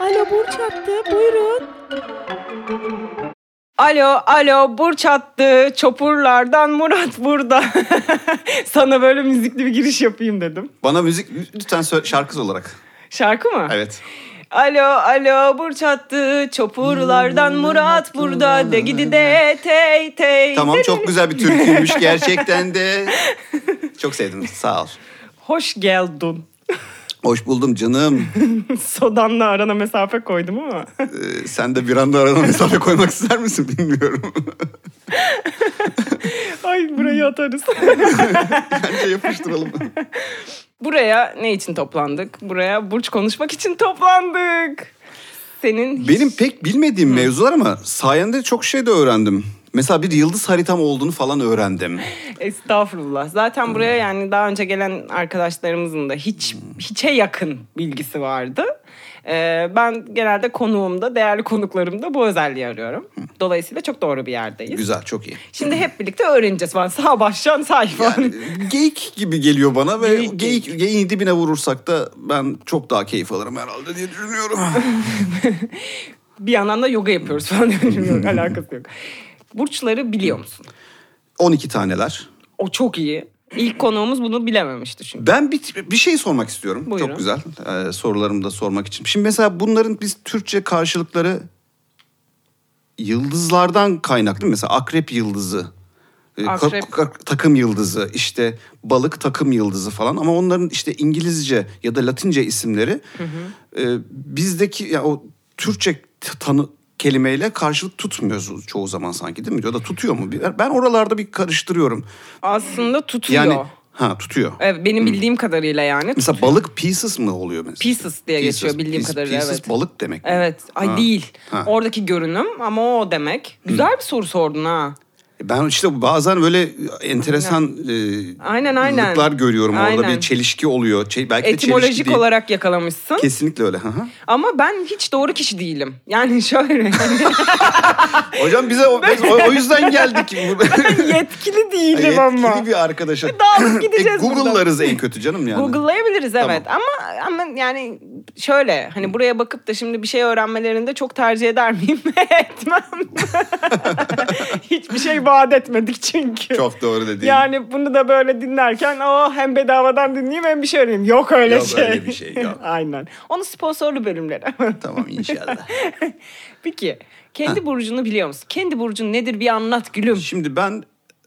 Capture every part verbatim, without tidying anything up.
Alo Burç attı, buyurun. Alo, alo Burç attı, çopurlardan Murat burada. Sana böyle müzikli bir giriş yapayım dedim. Bana müzik lütfen söyle, şarkı olarak. Şarkı mı? Evet. Alo, alo Burç attı, çopurlardan Murat burada. De gidi de tey tey. Tamam, çok güzel bir türküymüş gerçekten de. Çok sevdim, sağ ol. Hoş geldin. Hoş buldum canım. Sodanla arana mesafe koydum ama. Ee, sen de bir anda arana mesafe koymak ister misin bilmiyorum. Ay burayı atarız. Bence yapıştıralım. Buraya ne için toplandık? Buraya Burç konuşmak için toplandık. Senin hiç... Benim pek bilmediğim Hı. mevzular ama sayende çok şey de öğrendim. Mesela bir yıldız haritam olduğunu falan öğrendim. Estağfurullah. Zaten buraya yani daha önce gelen arkadaşlarımızın da hiç hiçe yakın bilgisi vardı. Ee, ben genelde konuğumda, değerli konuklarımda bu özelliği arıyorum. Dolayısıyla çok doğru bir yerdeyiz. Güzel, çok iyi. Şimdi hep birlikte öğreneceğiz falan. Sağ baştan sağ falan. Yani geyik gibi geliyor bana ve geyik, geyik, geyik. geyiğin dibine vurursak da ben çok daha keyif alırım herhalde diye düşünüyorum. Bir yandan da yoga yapıyoruz falan. Yok, alakası yok. Burçları biliyor musun? on iki taneler. O çok iyi. İlk konuğumuz bunu bilememişti çünkü. Ben bir, bir şey sormak istiyorum. Buyurun. Çok güzel. Ee, sorularımı da sormak için. Şimdi mesela bunların biz Türkçe karşılıkları yıldızlardan kaynaklı değil mi? Mesela akrep yıldızı, Akrep. Ka- takım yıldızı, işte balık takım yıldızı falan. Ama onların işte İngilizce ya da Latince isimleri hı hı. E, bizdeki yani o Türkçe tanı kelimeyle karşılık tutmuyoruz çoğu zaman sanki değil mi? Ya da tutuyor mu? Ben oralarda bir karıştırıyorum. Aslında tutuyor. Yani ha tutuyor. Evet, benim bildiğim hmm. kadarıyla yani. Mesela tutuyor. balık pieces mı oluyor mesela? Pieces diye pieces, geçiyor bildiğim pieces, kadarıyla pieces, evet. Balık demek mi? Evet. Ay ha. değil. Ha. Oradaki görünüm ama o demek. Güzel hmm. bir soru sordun ha. Ben işte bazen böyle enteresan aynen, aynen. yıllıklar görüyorum. Aynen. Orada bir çelişki oluyor. Ç- belki etimolojik de olarak yakalamışsın. Kesinlikle öyle. Ama ben hiç doğru kişi değilim. Yani şöyle. Hocam bize o, o yüzden geldik. Ben yetkili değilim yetkili ama. Yetkili bir arkadaşa. Dağılıp gideceğiz e, Google'larız en kötü canım yani. Google'layabiliriz evet. Tamam. Ama, ama yani şöyle hani buraya bakıp da şimdi bir şey öğrenmelerinde çok tercih eder miyim? Etmem. Hiçbir şey vaat etmedik çünkü. Çok doğru dediğin. Yani bunu da böyle dinlerken o hem bedavadan dinleyeyim hem bir şey öğreneyim. Yok öyle yok, şey. Yok öyle bir şey yok. Aynen. Onun sponsorlu bölümleri. Tamam inşallah. Peki kendi ha. burcunu biliyor musun? Kendi burcun nedir bir anlat gülüm. Şimdi ben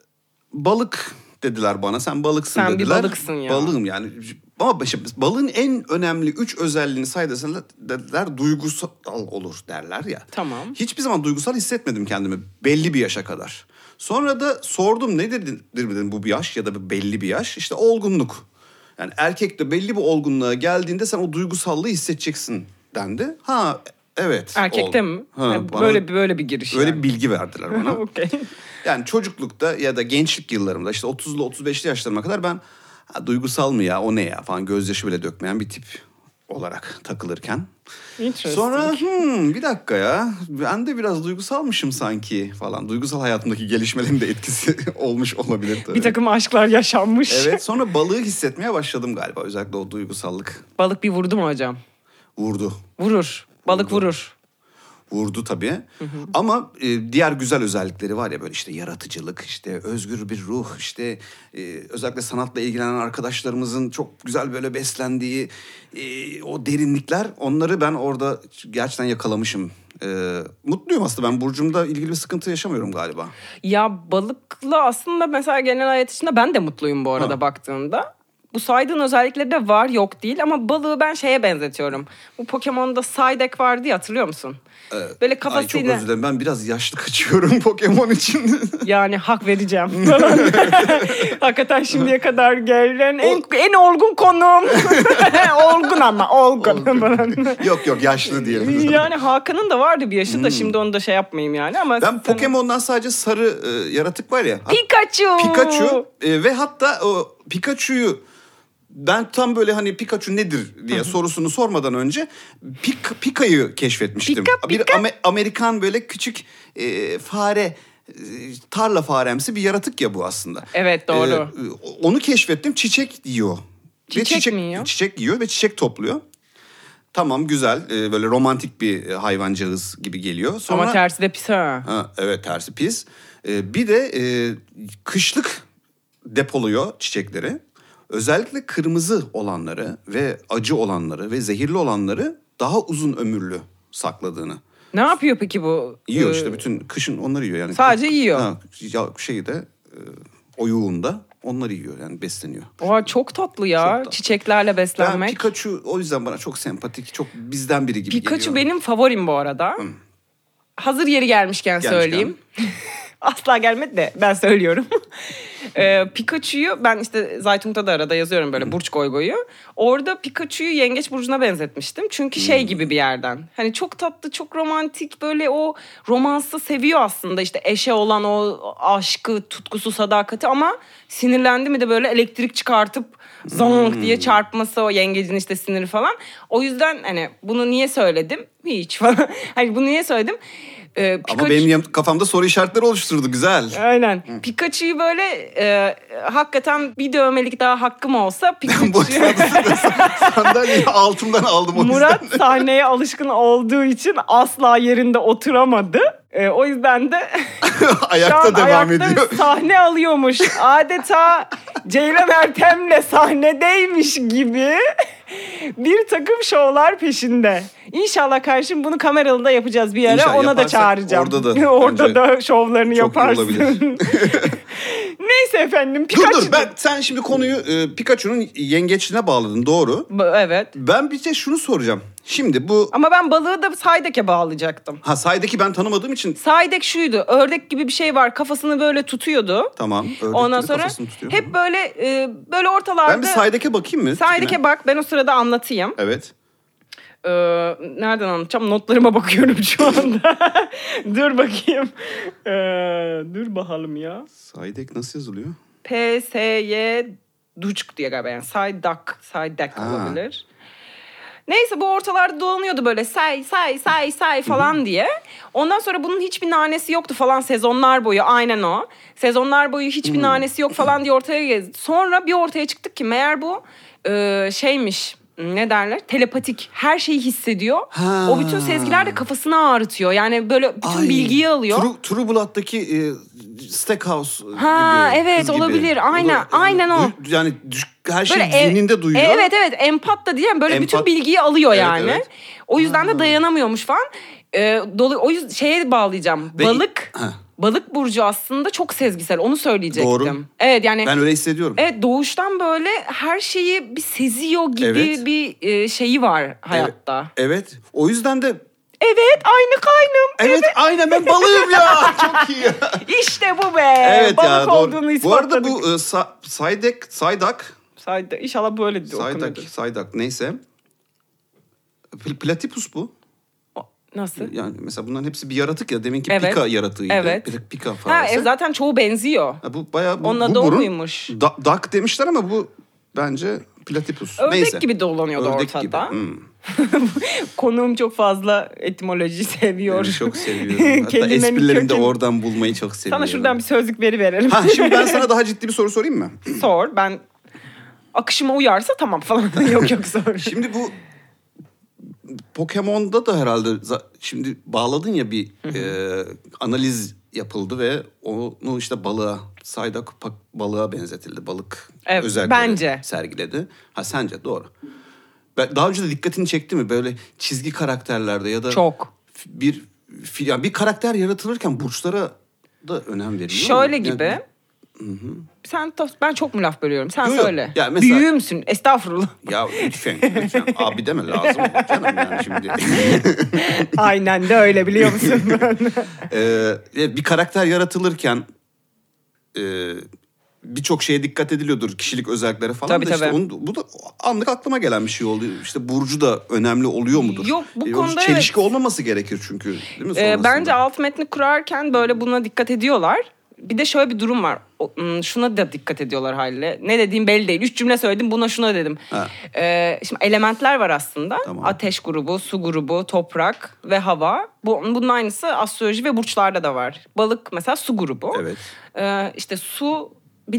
balık dediler bana. Sen balıksın Sen dediler. Sen bir balıksın ya. Balığım yani. Ama balığın en önemli üç özelliğini saydılar dediler duygusal olur derler ya. Tamam. Hiçbir zaman duygusal hissetmedim kendimi belli bir yaşa kadar. Sonra da sordum nedir dedim bu bir yaş ya da belli bir yaş. İşte olgunluk. Yani erkekte belli bir olgunluğa geldiğinde sen o duygusallığı hissedeceksin dendi. Ha evet. Erkekte ol. mi? Ha, yani böyle böyle bir giriş. Öyle yani. bir bilgi verdiler bana. Okay. Yani çocuklukta ya da gençlik yıllarımda işte otuzlu otuz beşli yaşlarıma kadar ben ha, duygusal mı ya o ne ya falan gözyaşı bile dökmeyen bir tip olarak takılırken. Sonra hmm, bir dakika ya ben de biraz duygusalmışım sanki falan. Duygusal hayatımdaki gelişmelerin de etkisi olmuş olabilir tabii. Bir takım aşklar yaşanmış. Evet sonra balığı hissetmeye başladım galiba özellikle o duygusallık. Balık bir vurdu mu hocam? Vurdu. Vurur. Balık vurdu. vurur. Vurdu tabii. Hı hı. Ama e, diğer güzel özellikleri var ya böyle işte yaratıcılık, işte özgür bir ruh, işte e, özellikle sanatla ilgilenen arkadaşlarımızın çok güzel böyle beslendiği e, o derinlikler onları ben orada gerçekten yakalamışım. E, mutluyum aslında ben burcumda ilgili bir sıkıntı yaşamıyorum galiba. Ya balıkla aslında mesela genel hayat içinde ben de mutluyum bu arada ha. baktığında. Bu saydığın özellikleri de var yok değil ama balığı ben şeye benzetiyorum. Bu Pokemon'da Psyduck vardı ya hatırlıyor musun? Evet. Böyle kafasıyla... Ay çok özür dilerim ben biraz yaşlı kaçıyorum Pokemon için. Yani hak vereceğim. Hakikaten şimdiye kadar gelen en, en olgun konuğum. olgun ama olgun. olgun. yok yok yaşlı diyelim. Yani Hakan'ın da vardı bir yaşı hmm. da şimdi onu da şey yapmayayım yani. Ama ben sen... Pokemon'dan sadece sarı e, yaratık var ya. Pikachu. Pikachu e, ve hatta o Pikachu'yu ben tam böyle hani Pikachu nedir diye sorusunu sormadan önce Pik, Pika'yı keşfetmiştim. Pika, Pika. Bir Amer, Amerikan böyle küçük e, fare, e, tarla faremsi bir yaratık ya bu aslında. Evet doğru. E, onu keşfettim çiçek yiyor. Çiçek, ve çiçek mi yiyor? Çiçek yiyor ve çiçek topluyor. Tamam güzel ee, böyle romantik bir hayvancağız gibi geliyor. Sonra, Ama tersi de pis ha. ha evet tersi pis. Ee, bir de e, kışlık depoluyor çiçekleri. Özellikle kırmızı olanları ve acı olanları ve zehirli olanları daha uzun ömürlü sakladığını. Ne yapıyor peki bu? Yiyor Ee, işte bütün kışın onları yiyor yani. Sadece yiyor. Ha, şeyi de e, oyuğunda onları yiyor yani besleniyor. Oha çok tatlı ya Çok tatlı. çiçeklerle Ben beslenmek. Pikachu o yüzden bana çok sempatik, çok bizden biri gibi Pikachu geliyor. benim favorim bu arada. Hmm. Hazır yeri gelmişken, Gelmişken. söyleyeyim. Asla gelmedi de ben söylüyorum. ee, Pikachu'yu ben işte Zaytung'da da arada yazıyorum böyle Burç Goygoy'u. Orada Pikachu'yu Yengeç Burcu'na benzetmiştim. Çünkü şey gibi bir yerden. Hani çok tatlı, çok romantik, böyle o romansı seviyor aslında. İşte eşe olan o aşkı, tutkusu, sadakati ama sinirlendi mi de böyle elektrik çıkartıp zonk Hmm. diye çarpması, o yengecin işte siniri falan. O yüzden hani bunu niye söyledim? Hiç falan. Hani bunu niye söyledim? Ee, Ama Pikachu- benim yan- kafamda soru işaretleri oluşturdu güzel. Aynen. Pikachu'yu böyle e, hakikaten bir dövmelik daha hakkım olsa Ben bu Pikachu... esnada sandalyeyi altımdan aldım o Murat yüzden. sahneye alışkın olduğu için asla yerinde oturamadı. E, o yüzden de şu Ayakta an devam ayakta ediyor. sahne alıyormuş. Adeta Ceylan Ertem'le sahnedeymiş gibi bir takım şovlar peşinde. İnşallah kardeşim bunu kameralı da yapacağız bir ara. İnşallah Ona da yaparsak çağıracağım. orada da orada bence da şovlarını çok iyi yaparsın. olabilir. Neyse efendim. Dur Pikachu... dur ben sen şimdi konuyu e, Pikachu'nun yengeçliğine bağladın doğru. B- Evet. Ben bir de şunu soracağım. Şimdi bu Ama ben balığı da Saydek'e bağlayacaktım. ha saydaki ben tanımadığım için Saydek şuydu. Ördek gibi bir şey var. Kafasını böyle tutuyordu. tamam. Ördek Ondan gibi sonra kafasını tutuyor. hep böyle e, böyle ortalarda... Ben bir saydeke bakayım mı? Saydek'e tipine? bak. Ben o sırada anlatayım. Evet. Ee, nereden anlatacağım? Notlarıma bakıyorum şu anda. Dur bakayım. Ee, dur bakalım ya. Saydek nasıl yazılıyor? P S Y Duçk diye galiba yani. Saydak. Saydak Ha. olabilir. Neyse bu ortalarda dolanıyordu böyle say say say say falan diye. Ondan sonra bunun hiçbir nanesi yoktu falan sezonlar boyu, aynen o. Sezonlar boyu hiçbir nanesi yok falan diye ortaya gezdi. Sonra bir ortaya çıktık ki meğer bu e, şeymiş, ne derler, telepatik, her şeyi hissediyor. Ha. O bütün sezgiler de kafasını ağrıtıyor. Yani böyle bütün Ay, bilgiyi alıyor. True, True Blood'daki e, Steakhouse Ha, gibi. evet, kız gibi. olabilir. Aynen, O da- aynen o. du- Yani düş- her şey Böyle e- zihninde duyuyor. Evet evet, empat da diye böyle bütün Empat- bilgiyi alıyor Evet, yani. evet. O yüzden de dayanamıyormuş falan. Ee, dolu, o yüzden şeye bağlayacağım. Ve- balık Ha. balık burcu aslında çok sezgisel. Onu söyleyecektim. Doğru. Evet yani. Ben öyle hissediyorum. Evet, doğuştan böyle her şeyi bir seziyor gibi Evet. bir e, şeyi var hayatta. Evet. O yüzden de Evet, aynı kaynım. evet, aynen ben balığım ya. Çok iyi ya. İşte bu be. Evet Balık ya doğru. olduğunu Bu ispatladık. arada bu e, sa- saydek, saydak, Sayda, İnşallah böyle saydak, okunuyordur. saydak neyse. Pl- Platypus bu. O- Nasıl? Yani mesela bunların hepsi bir yaratık ya. Deminki Evet. Pika yaratığıydı. Evet. Bir de Pika Ha, faresi. e, zaten çoğu benziyor. Ha, bu bayağı bu, Onun bu adı o burun muymuş? Da, duck demişler ama bu bence Platypus. Ördek Neyse. gibi dolanıyordu Ördek ortada. gibi. Hmm. Konuğum çok fazla etimoloji seviyor. Ben çok seviyorum. Hatta Kelimenin esprilerimi de kökeni. oradan bulmayı çok seviyorum. Sana şuradan bir sözlük veri verelim. Ha, şimdi ben sana daha ciddi bir soru sorayım mı? Sor. Ben akışıma uyarsa tamam falan. Yok yok sor. Şimdi bu Pokemon'da da herhalde za- şimdi bağladın ya bir e, analiz yapıldı ve onu işte balığa, saydak pak- balığa benzetildi. Balık Evet, özellikleri bence. sergiledi. Ha sence doğru. Ben, daha önce de dikkatini çekti mi böyle çizgi karakterlerde ya da Çok. bir fi- yani bir karakter yaratılırken burçlara da önem veriliyor. Şöyle mu? gibi. Yani- Sen ta- ben çok mu laf bölüyorum? Sen Yok, yok. söyle. Ya mesela- Büyüğümsün. Estağfurullah. ya lütfen, lütfen. Abi deme lazım canım yani şimdi. Aynen de öyle, biliyor musun? Ee, bir karakter yaratılırken e, birçok şeye dikkat ediliyordur. Kişilik özellikleri falan Tabii, da işte tabii. onun- bu da anlık aklıma gelen bir şey oldu. İşte burcu da önemli oluyor mudur? Yok, bu E, konuda çelişki evet. olmaması gerekir çünkü. Değil mi Ee, sonrasında? bence alt metni kurarken böyle buna dikkat ediyorlar. Bir de şöyle bir durum var. O, ım, şuna da dikkat ediyorlar haliyle. Ne dediğim belli değil. Üç cümle söyledim, buna şuna dedim. Ha. Ee, şimdi elementler var aslında. Tamam. Ateş grubu, su grubu, toprak ve hava. Bu, bunun aynısı astroloji ve burçlarda da var. Balık mesela su grubu. Evet. Ee, işte su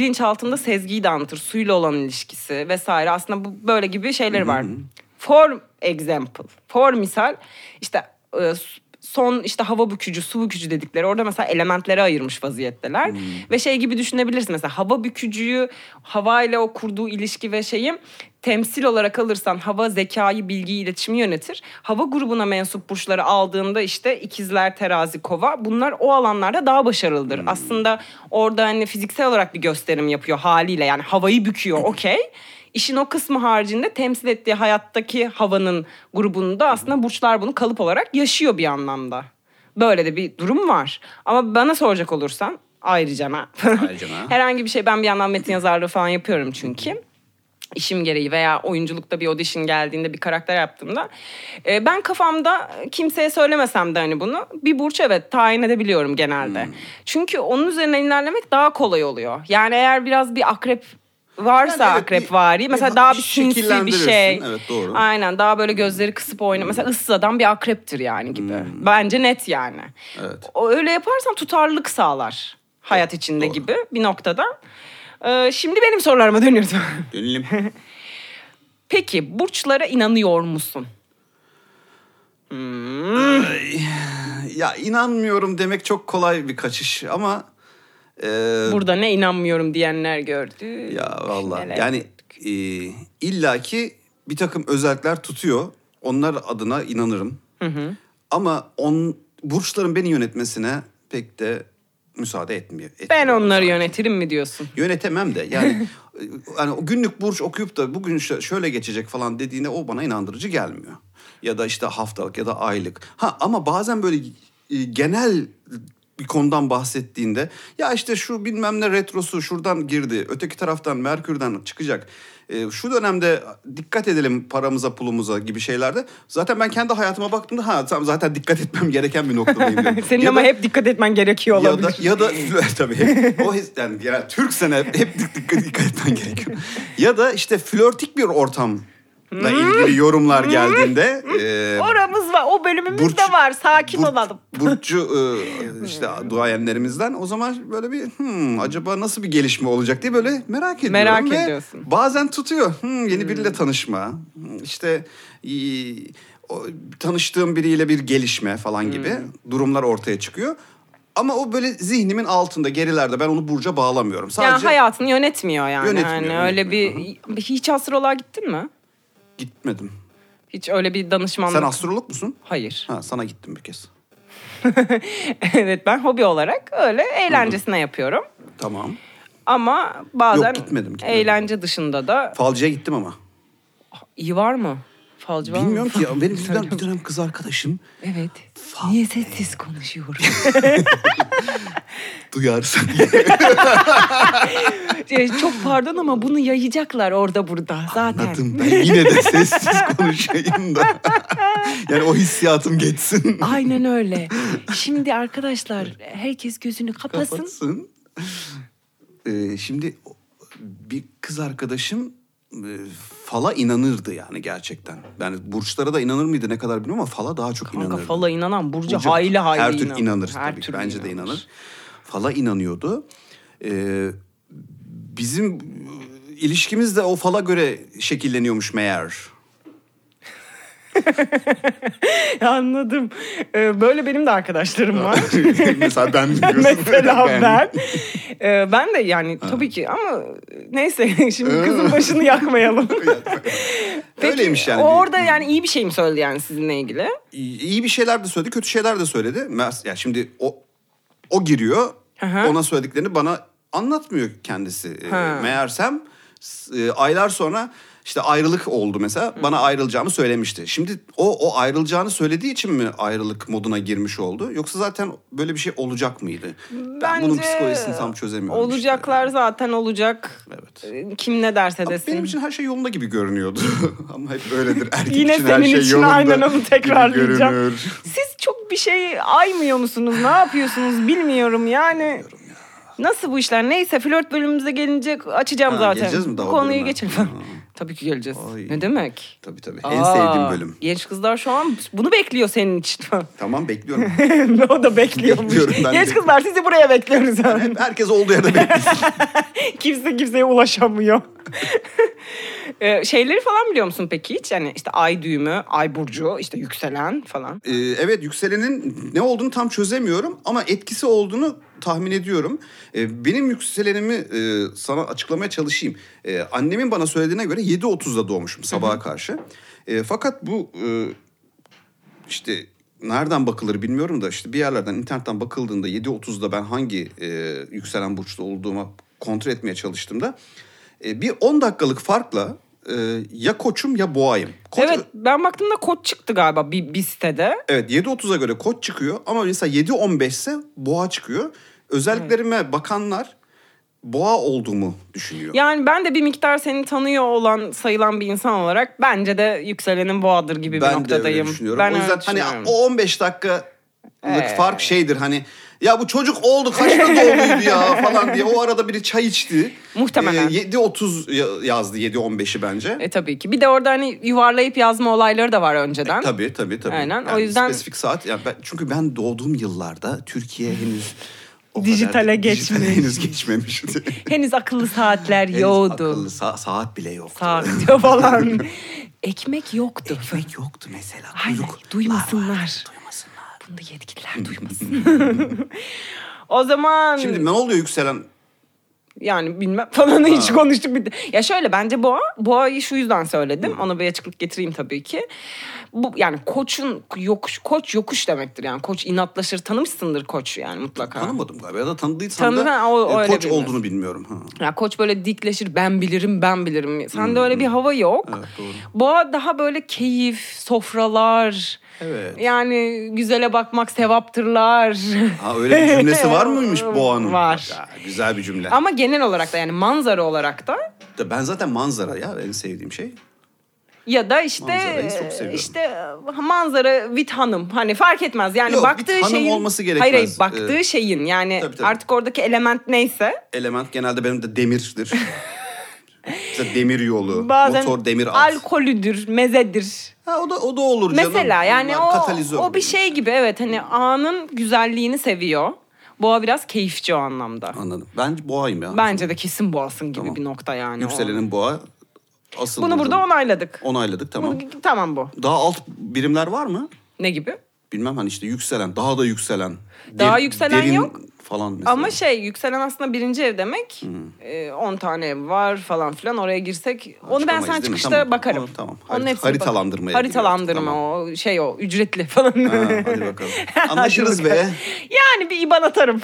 bilinçaltında sezgiyi de anlatır. Suyla olan ilişkisi vesaire. Aslında bu böyle gibi şeyleri var. Form example. For misal işte e, son işte hava bükücü, su bükücü dedikleri orada mesela elementlere ayırmış vaziyetteler. Hmm. Ve şey gibi düşünebilirsin mesela hava bükücüyü, hava ile o kurduğu ilişki ve şeyi temsil olarak alırsan hava zekayı, bilgiyi, iletişimi yönetir. Hava grubuna mensup burçları aldığında işte ikizler, terazi, kova bunlar o alanlarda daha başarılıdır. Hmm. Aslında orada hani fiziksel olarak bir gösterim yapıyor haliyle yani havayı büküyor okey. İşin o kısmı haricinde temsil ettiği hayattaki havanın grubunda aslında burçlar bunu kalıp olarak yaşıyor bir anlamda. Böyle de bir durum var. Ama bana soracak olursan ayrıca herhangi bir şey ben bir yandan metin yazarlığı falan yapıyorum çünkü. İşim gereği veya oyunculukta bir audition geldiğinde bir karakter yaptığımda e, ben kafamda kimseye söylemesem de hani bunu bir burç evet tayin edebiliyorum genelde. Hmm. Çünkü onun üzerinden ilerlemek daha kolay oluyor. Yani eğer biraz bir akrep varsa yani evet, akrep vari mesela daha bir sinsi bir şey. Evet doğru. Aynen daha böyle gözleri kısıp oyna. Hmm. Mesela ıssız adam bir akreptir yani gibi. Hmm. Bence net yani. Evet. O, öyle yaparsam tutarlılık sağlar hayat evet, içinde doğru. gibi bir noktada. Ee, şimdi benim sorularıma dönüyoruz. Dönelim. Peki burçlara inanıyor musun? Hmm. Ay, ya inanmıyorum demek çok kolay bir kaçış ama e, burada ne inanmıyorum diyenler gördü. Ya vallahi yani e, illaki bir takım özellikler tutuyor. Onlar adına inanırım. Hı hı. Ama on burçların beni yönetmesine pek de müsaade etmiyor. etmiyor ben onları sanki. Yönetirim mi diyorsun? Yönetemem de yani hani o günlük burç okuyup da bugün şöyle geçecek falan dediğine o bana inandırıcı gelmiyor. Ya da işte haftalık ya da aylık. Ha ama bazen böyle genel bir konudan bahsettiğinde ya işte şu bilmem ne retrosu şuradan girdi, öteki taraftan Merkür'den çıkacak. E, şu dönemde dikkat edelim paramıza pulumuza gibi şeylerde. Zaten ben kendi hayatıma baktığımda ha tamam zaten dikkat etmem gereken bir noktadayım. Senin ya ama da, hep dikkat etmen gerekiyor olabilir. Ya da ya da tabii hep, o his, yani, yani Türksen hep, hep dikkat, dikkat etmen gerekiyor. Ya da işte flörtik bir ortam la ilgili yorumlar geldiğinde e, oramız var, o bölümümüz burç, de var. Sakin burç, olalım. Burcu e, işte duayenlerimizden o zaman böyle bir hmm, acaba nasıl bir gelişme olacak diye böyle merak ediyorum. Merak ve ediyorsun. Bazen tutuyor. Hmm, yeni biriyle tanışma. İşte e, o, tanıştığım biriyle bir gelişme falan gibi hmm. durumlar ortaya çıkıyor. Ama o böyle zihnimin altında, gerilerde ben onu burca bağlamıyorum. Sadece yani hayatını yönetmiyor yani. Yönetmiyor. Yani öyle bir hiç astroloğa gittin mi? Gitmedim. Hiç öyle bir danışmanlık... Sen astrolog musun? Hayır. Ha, sana gittim bir kez. Evet ben hobi olarak öyle eğlencesine Hı-hı. yapıyorum. Tamam. Ama bazen Yok, gitmedim, gitmedim. eğlence dışında da... Falcıya gittim ama. İyi var mı? Falcı var mı? Bilmiyorum ki ya. Benim bir dönem, bir dönem kız arkadaşım. Evet. Fal... Niye sessiz konuşuyorum? Duyarsın. Çok pardon ama bunu yayacaklar orada burada zaten. Anladım, ben yine de sessiz konuşayım da. Yani o hissiyatım geçsin. Aynen öyle. Şimdi arkadaşlar herkes gözünü kapatsın. Kapatsın. Ee, şimdi bir kız arkadaşım e, fala inanırdı yani gerçekten. Yani burçlara da inanır mıydı ne kadar bilmiyorum ama fala daha çok Kanka, inanırdı. Fala inanan burcu hayli hayli her tür inanır. inanır her tabii tür ki. Bence inanır. de inanır. Fala inanıyordu. Ee, bizim ilişkimiz de o fala göre şekilleniyormuş meğer. Anladım. Ee, böyle benim de arkadaşlarım var. Mesela ben biliyorsun. Mesela ben. Ben. Ee, ben de yani tabii ki ama neyse şimdi kızın başını yakmayalım. Peki, öyleymiş yani. Orada yani iyi bir şey mi söyledi yani sizinle ilgili? İyi, iyi bir şeyler de söyledi, kötü şeyler de söyledi. Ya yani şimdi o o giriyor. Aha. Ona söylediklerini bana anlatmıyor kendisi. Ha. Meğersem aylar sonra işte ayrılık oldu mesela. Hı. Bana ayrılacağımı söylemişti. Şimdi o o ayrılacağını söylediği için mi ayrılık moduna girmiş oldu? Yoksa zaten böyle bir şey olacak mıydı? Bence ben bunun psikolojisini tam çözemiyorum. Olacaklar işte. Zaten olacak. Evet. Kim ne derse desin. Ama benim için her şey yolunda gibi görünüyordu. Ama hep öyledir. Erkek Yine için senin her şey için yolunda aynen onu tekrarlayacağım. Siz çok bir şey aymıyor musunuz? Ne yapıyorsunuz bilmiyorum yani. Nasıl bu işler? Neyse flört bölümümüze gelince açacağım ha, zaten. Geleceğiz mi daha bu konuyu geçelim. Tabii ki geleceğiz. Ay. Ne demek? Tabii tabii. Aa, en sevdiğim bölüm. Genç kızlar şu an bunu bekliyor senin için. Tamam bekliyorum. O da bekliyormuş. Genç kızlar sizi buraya bekliyoruz. Yani. Hep herkes olduğu yerde bekliyor. Kimse kimseye ulaşamıyor. Ee, şeyleri falan biliyor musun peki hiç? Yani işte ay düğümü, ay burcu, işte yükselen falan. Ee, evet, yükselenin ne olduğunu tam çözemiyorum ama etkisi olduğunu tahmin ediyorum. Ee, benim yükselenimi e, sana açıklamaya çalışayım. Ee, annemin bana söylediğine göre yedi otuzda doğmuşum sabaha karşı. Ee, fakat bu e, işte nereden bakılır bilmiyorum da işte bir yerlerden internetten bakıldığında yedi otuzda ben hangi e, yükselen burçta olduğumu kontrol etmeye çalıştığımda e, bir on dakikalık farkla e, ya koçum ya boğayım. Koç, Evet, ben baktığımda koç çıktı galiba bir, bir sitede. Evet, yedi otuza göre koç çıkıyor ama mesela yedi on beş ise boğa çıkıyor. Özelliklerime evet. bakanlar boğa olduğumu düşünüyor. Yani ben de bir miktar seni tanıyor olan sayılan bir insan olarak bence de yükselenin boğadır gibi ben bir noktadayım. Ben de öyle düşünüyorum. Ben o yüzden hani o on beş dakikalık ee. fark şeydir hani ya bu çocuk oldu kaçta doğumluydu ya falan diye o arada biri çay içti. Muhtemelen. Ee, yedi otuz yazdı yedi on beşi bence. E tabii ki. Bir de orada hani yuvarlayıp yazma olayları da var önceden. E, tabii tabii tabii. Aynen. Yani o yüzden spesifik saat yani ben, çünkü ben doğduğum yıllarda Türkiye henüz o dijitale geçmemiş. Henüz geçmemişti. Henüz akıllı saatler henüz yoktu. Akıllı sa- saat bile yoktu. Saat diyor falan. Ekmek yoktu. Ekmek yoktu mesela. Aynen. Kuyruk Duymasınlar. Var, duymasınlar. Bunu da yetkililer duymasın. O zaman... Şimdi ne oluyor yükselen? Yani bilmem falan hiç konuştuk bitti. Ya şöyle bence boğa, boğayı şu yüzden söyledim. Hı. Ona bir açıklık getireyim tabii ki. Bu yani koçun yokuş, koç yokuş demektir yani. Koç inatlaşır, tanımışsındır koç yani mutlaka. Tanımadım galiba ya da tanıdıysam Tanıdın, da o, o e, koç bilmez. olduğunu bilmiyorum. Ha. Ya koç böyle dikleşir, ben bilirim, ben bilirim. Sende hmm. öyle bir hava yok. Evet, doğru. Boğa daha böyle keyif, sofralar. Evet. Yani güzele bakmak sevaptırlar. Ha, öyle bir cümlesi var mıymış boğanın? Var. Ya, güzel bir cümle. Ama genel olarak da yani manzara olarak da. Ben zaten manzara ya en sevdiğim şey. Ya da işte işte manzara Vit Hanım hani fark etmez yani Yok, baktığı Vit şeyin Hanım olması gerekmez. Hayır hayır baktığı ee, şeyin yani tabii, tabii. Artık oradaki element neyse. Element genelde benim de demirdir. Mesela demir yolu, bazen motor demir at. Alkolüdür, mezedir. Ha o da o da olur canım. Mesela yani o o bir şey gibi evet hani anın güzelliğini seviyor. Boğa biraz keyifçi o anlamda. Anladım. Ben boğayım ya. Bence de kesin boğasın gibi tamam. bir nokta yani. Yükselenin o. Boğa. Asıl bunu burada onayladık. Onayladık tamam. Bu, tamam bu. Daha alt birimler var mı? Ne gibi? Bilmem hani işte yükselen, daha da yükselen. Daha Der, yükselen derin yok. Falan mesela. Ama şey yükselen aslında birinci ev demek. on hmm. e, tane ev var falan filan oraya girsek. Ha, onu ben sana çıkışta tamam. Bakarım. O, tamam. Harit, haritalandırmaya Haritalandırma tamam. O şey o ücretli falan. Ha, hadi bakalım. Anlaşırız be. Yani bir İban atarım.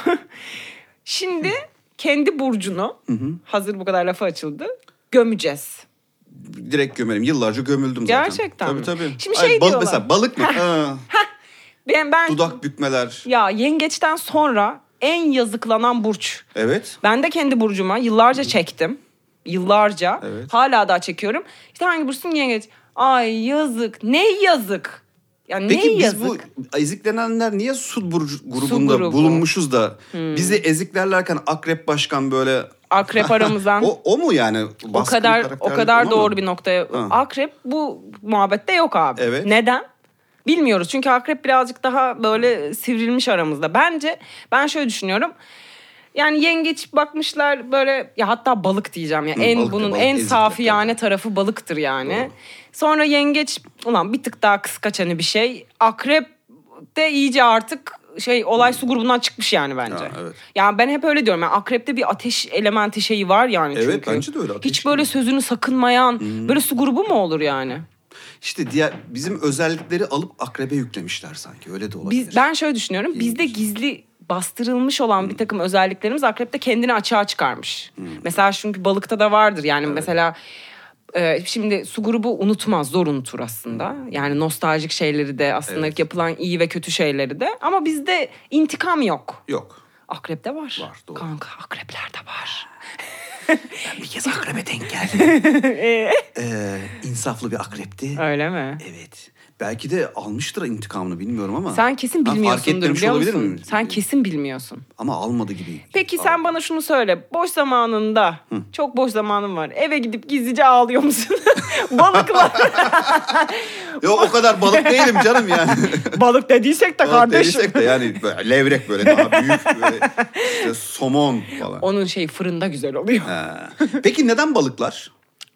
Şimdi kendi burcunu hı hı. hazır bu kadar lafı açıldı. Gömeceğiz. Direkt gömelim. Yıllarca gömüldüm zaten. Gerçekten Tabii tabii. Şimdi şey Ay, balık diyorlar. Mesela balık mı? Ha. Ben, ben, Dudak bükmeler. Ya yengeçten sonra en yazıklanan burç. Evet. Ben de kendi burcuma yıllarca çektim. Yıllarca. Evet. Hala daha çekiyorum. İşte hangi burçsun yengeç? Ay yazık. Ne yazık? Yani peki ne biz yazık? bu eziklenenler niye su burcu grubunda su grubu. bulunmuşuz da hmm. bizi eziklerlerken akrep başkan böyle akrep aramızdan. o, o mu yani? O kadar o kadar doğru mı? Bir noktaya. Ha. Akrep bu muhabbette yok abi. Evet. Neden? Bilmiyoruz. Çünkü akrep birazcık daha böyle sivrilmiş aramızda. Bence ben şöyle düşünüyorum. Yani yengeç bakmışlar böyle ya hatta balık diyeceğim ya. Hı, en bunun balık, en safiyane tarafı balıktır yani. Doğru. Sonra yengeç ulan bir tık daha kıskaç hani bir şey. Akrep de iyice artık şey olay su grubundan çıkmış yani bence. Ya, evet. Yani ben hep öyle diyorum. Yani akrepte bir ateş elementi şeyi var yani çünkü. Evet bence de öyle. Hiç böyle sözünü sakınmayan hmm. böyle su grubu mu olur yani? İşte diğer bizim özellikleri alıp akrebe yüklemişler sanki. Öyle de olabilir. Biz, ben şöyle düşünüyorum. Yengeç. Bizde gizli bastırılmış olan hmm. bir takım özelliklerimiz akrepte kendini açığa çıkarmış. Hmm. Mesela çünkü balıkta da vardır. Yani evet. mesela e, şimdi su grubu unutmaz, zor unutur aslında. Hmm. Yani nostaljik şeyleri de aslında evet. yapılan iyi ve kötü şeyleri de. Ama bizde intikam yok. Yok. Akrepte var. Var doğru. Kanka akreplerde var. Ben bir kez akrebe denk geldim. ee, insaflı bir akrepti. Öyle mi? Evet. Belki de almıştır intikamını bilmiyorum ama. Sen kesin bilmiyorsundur biliyor musun? Mi? Sen kesin bilmiyorsun. Ama almadı gibi. Peki sen bana şunu söyle. Boş zamanında, Hı. çok boş zamanın var. Eve gidip gizlice ağlıyor musun? Balıklar. Yok o kadar balık değilim canım yani. Balık dediysek de balık kardeşim. Balık dediysek de yani böyle levrek böyle daha büyük böyle işte somon falan. Onun şey fırında güzel oluyor. Ha. Peki neden balıklar?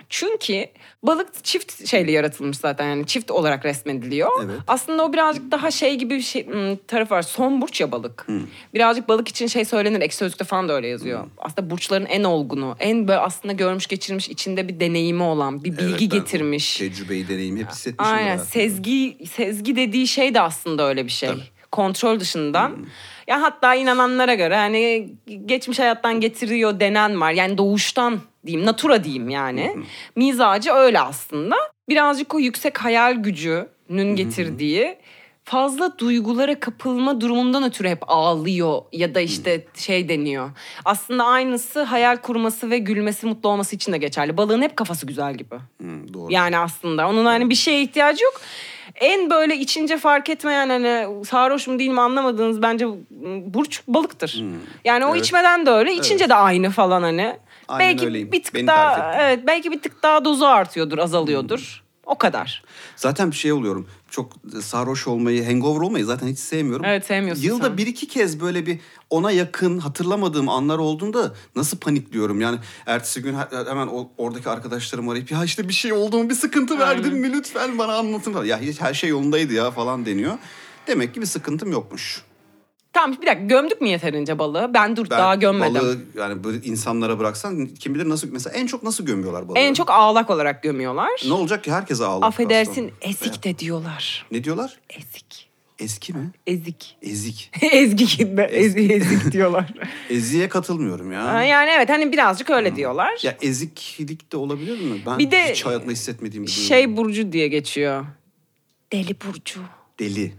Çünkü balık çift şeyle yaratılmış zaten, yani çift olarak resmediliyor. Evet. Aslında o birazcık daha şey gibi bir şey tarafı var. Son burç ya balık. Hmm. Birazcık balık için şey söylenir. Ekşi Sözlük'te falan da öyle yazıyor. Hmm. Aslında burçların en olgunu, en böyle aslında görmüş geçirmiş, içinde bir deneyimi olan, bir bilgi evet, getirmiş. Tecrübeyi, deneyimi hep hissetmişim. Aynen. Sezgi, sezgi dediği şey de aslında öyle bir şey. Tabii. Kontrol dışından. Hmm. Ya hatta inananlara göre hani geçmiş hayattan getiriyor denen var. Yani doğuştan diyeyim, natura diyeyim yani. Hmm. Mizacı öyle aslında. Birazcık o yüksek hayal gücünün getirdiği fazla duygulara kapılma durumundan ötürü hep ağlıyor ya da işte şey deniyor. Aslında aynısı hayal kurması ve gülmesi, mutlu olması için de geçerli. Balığın hep kafası güzel gibi. Hmm, doğru. Yani aslında onun hani bir şeye ihtiyacı yok. En böyle içince fark etmeyen, hani sarhoş mu değil mi anlamadığınız bence burç balıktır. Hmm. Yani o evet. içmeden de öyle, içince evet. de aynı falan hani. Aynen belki öyleyim. bir tık Beni daha evet belki bir tık daha dozu artıyordur, azalıyordur. Hmm. O kadar. Zaten bir şey oluyorum. Çok sarhoş olmayı, hangover olmayı zaten hiç sevmiyorum. Evet, sevmiyorsun Yılda sen. bir iki kez böyle bir ona yakın hatırlamadığım anlar olduğunda nasıl panikliyorum. Yani ertesi gün hemen oradaki arkadaşlarım arayıp ya işte bir şey oldu mu, bir sıkıntı verdim mi lütfen bana anlatın falan. Ya hiç her şey yolundaydı ya falan deniyor. Demek ki bir sıkıntım yokmuş. Tamam, bir dakika, gömdük mü yeterince balığı? Ben dur ben daha gömmedim. Balığı yani böyle insanlara bıraksan kim bilir nasıl, mesela en çok nasıl gömüyorlar balığı? En çok ağlak olarak gömüyorlar. Ne olacak ki, herkese ağlak. Affedersin, ezik de diyorlar. Ne diyorlar? Ezik. Eski mi? Ezik. Ezik. Ezgi gibi ezik, ezik diyorlar. Eziğe katılmıyorum ya. Yani evet, hani birazcık öyle hmm. diyorlar. Ya eziklik de olabilir mi? Ben bir de hiç hayatımda hissetmediğim bir durum. Şey burcu diye geçiyor. Deli burcu. Deli.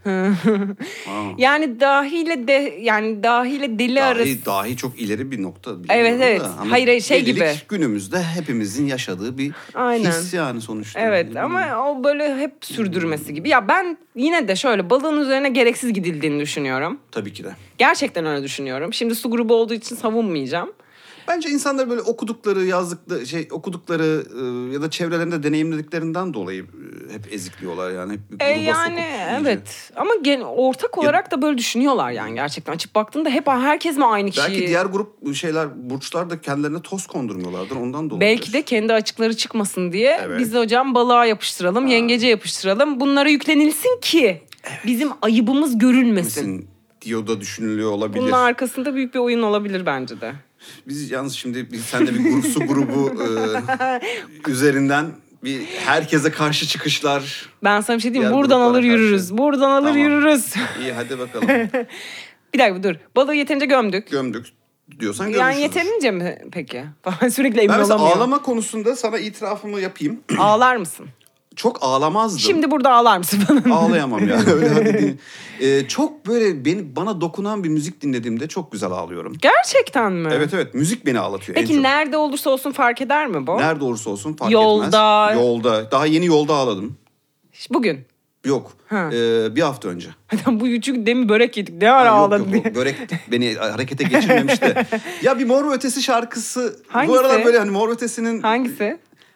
Yani dahiyle de yani dahiyle deli dahi, arası. Dahi çok ileri bir nokta. Evet evet. Ama hayır şey gibi. Günümüzde hepimizin yaşadığı bir Aynen. his yani sonuçta. Evet ama o böyle hep sürdürmesi gibi. Ya ben yine de şöyle balığın üzerine gereksiz gidildiğini düşünüyorum. Tabii ki de. Gerçekten öyle düşünüyorum. Şimdi su grubu olduğu için savunmayacağım. Bence insanlar böyle okudukları, yazdıkları, şey okudukları e, ya da çevrelerinde deneyimlediklerinden dolayı e, hep ezikliyorlar yani. Hep e yani evet. Ama gen, ortak olarak ya, da böyle düşünüyorlar yani gerçekten. Açıp baktığında hep herkes mi aynı kişiyi? Belki diğer grup şeyler, burçlar da kendilerine toz kondurmuyorlardır ondan dolayı. Belki de kendi açıkları çıkmasın diye evet. biz de hocam balığa yapıştıralım, ha. yengece yapıştıralım. Bunlara yüklenilsin ki evet. bizim ayıbımız görülmesin. Mesela diyor da düşünülüyor olabilir. Bunun arkasında büyük bir oyun olabilir bence de. Biz yalnız şimdi biz sen de bir grup, su grubu e, üzerinden bir herkese karşı çıkışlar. Ben sana bir şey diyeyim mi? Buradan alır karşı. yürürüz. Buradan alır tamam. yürürüz. İyi hadi bakalım. Bir dakika dur. Balığı yeterince gömdük. Gömdük diyorsan gömüşüz. Yani yeterince mi peki? Sürekli emin ben olamıyorum. Ağlama konusunda sana itirafımı yapayım. Ağlar mısın? Çok ağlamazdım. Şimdi burada ağlar mısın bana? Ağlayamam ya. Öyle hadi değil. Ee, çok böyle beni bana dokunan bir müzik dinlediğimde çok güzel ağlıyorum. Gerçekten mi? Evet evet. Müzik beni ağlatıyor Peki en çok. Nerede olursa olsun fark eder mi bu? Nerede olursa olsun fark yolda. etmez. Yolda. Yolda. Daha yeni yolda ağladım. Bugün? Yok. Ee, bir hafta önce. Bu çünkü demin börek yedik. Ne ara ağladın diye. Börek beni harekete geçirmemiş de. Ya bir Mor ve Ötesi şarkısı. Hangisi? Bu aralar böyle hani Mor ve Ötesi'nin. Hangisi?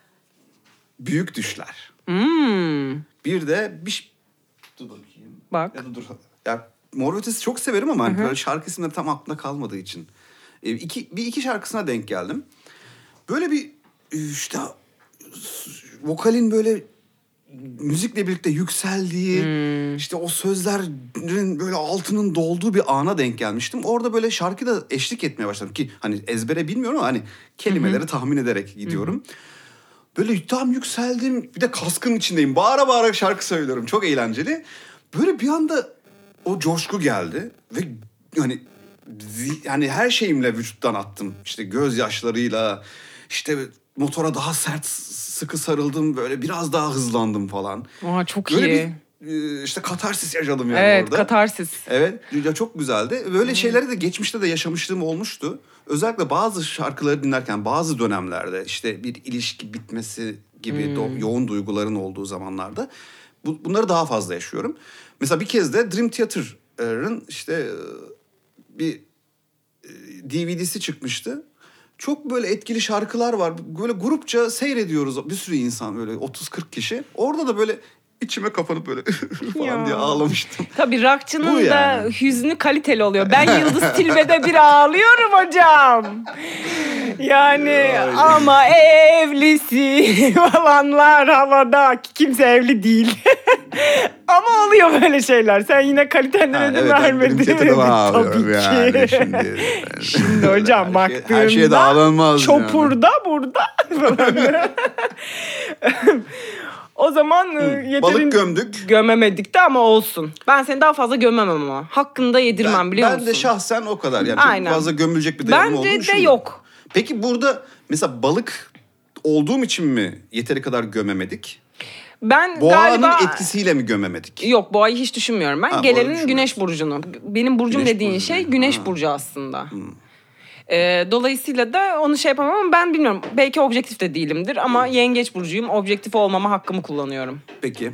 Büyük Düşler. Hmm. Bir de bir... Dur bakayım. Bak. Ya da dur. Ya Mor ve Ötesi çok severim ama hani böyle şarkı isimleri tam aklımda kalmadığı için. Ee, iki, bir iki şarkısına denk geldim. Böyle bir işte vokalin böyle müzikle birlikte yükseldiği, hmm. işte o sözlerin böyle altının dolduğu bir ana denk gelmiştim. Orada böyle şarkıda eşlik etmeye başladım ki hani ezbere bilmiyorum ama hani kelimeleri Hı-hı. tahmin ederek gidiyorum. Hı-hı. Böyle tam yükseldim. Bir de kaskın içindeyim. Bağıra bağıra şarkı söylüyorum. Çok eğlenceli. Böyle bir anda o coşku geldi ve hani yani her şeyimle vücuttan attım. İşte gözyaşlarıyla, işte motora daha sert sıkı sarıldım, böyle biraz daha hızlandım falan. Aa, çok böyle iyi. Bir işte katarsis yaşadım yani evet, orada. Evet, katarsis. Evet, ya çok güzeldi. Böyle hmm. şeyleri de geçmişte de yaşamışlığım olmuştu. Özellikle bazı şarkıları dinlerken bazı dönemlerde işte bir ilişki bitmesi gibi hmm. do- yoğun duyguların olduğu zamanlarda bu, bunları daha fazla yaşıyorum. Mesela bir kez de Dream Theater'ın işte bir D V D'si çıkmıştı. Çok böyle etkili şarkılar var. Böyle grupça seyrediyoruz bir sürü insan, böyle otuz kırk kişi. Orada da böyle içime kapanıp böyle falan ya. diye ağlamıştım. Tabii rockçının yani. Da hüznü kaliteli oluyor. Ben Yıldız Tilbe'de bir ağlıyorum hocam. Yani ama evlisi falanlar havada. Kimse evli değil. Ama oluyor böyle şeyler. Sen yine kalitenden ödün evet, vermedin. Tabii ki. Yani şimdi, şimdi hocam her baktığımda şey, her şeye dağılanmaz çopurda yani. Burada. O zaman yeterince balık gömdük. Gömemedik de ama olsun. Ben seni daha fazla gömemem ama. Hakkında yedirmem ben, biliyor ben musun? Ben de şahsen o kadar. Yani Aynen. çok fazla gömülecek bir değerim olduğunu düşünmüyorum. Bence de yok. Peki burada mesela balık olduğum için mi yeteri kadar gömemedik? Ben Boğanın galiba... etkisiyle mi gömemedik? Yok, boğayı hiç düşünmüyorum ben. Ha, gelenin güneş burcunu. Benim burcum güneş dediğin burcu. şey güneş ha. burcu aslında. Hmm. Ee, dolayısıyla da onu şey yapamam ama ben bilmiyorum. Belki objektif de değilimdir ama hmm. yengeç burcuyum. Objektif olmama hakkımı kullanıyorum. Peki.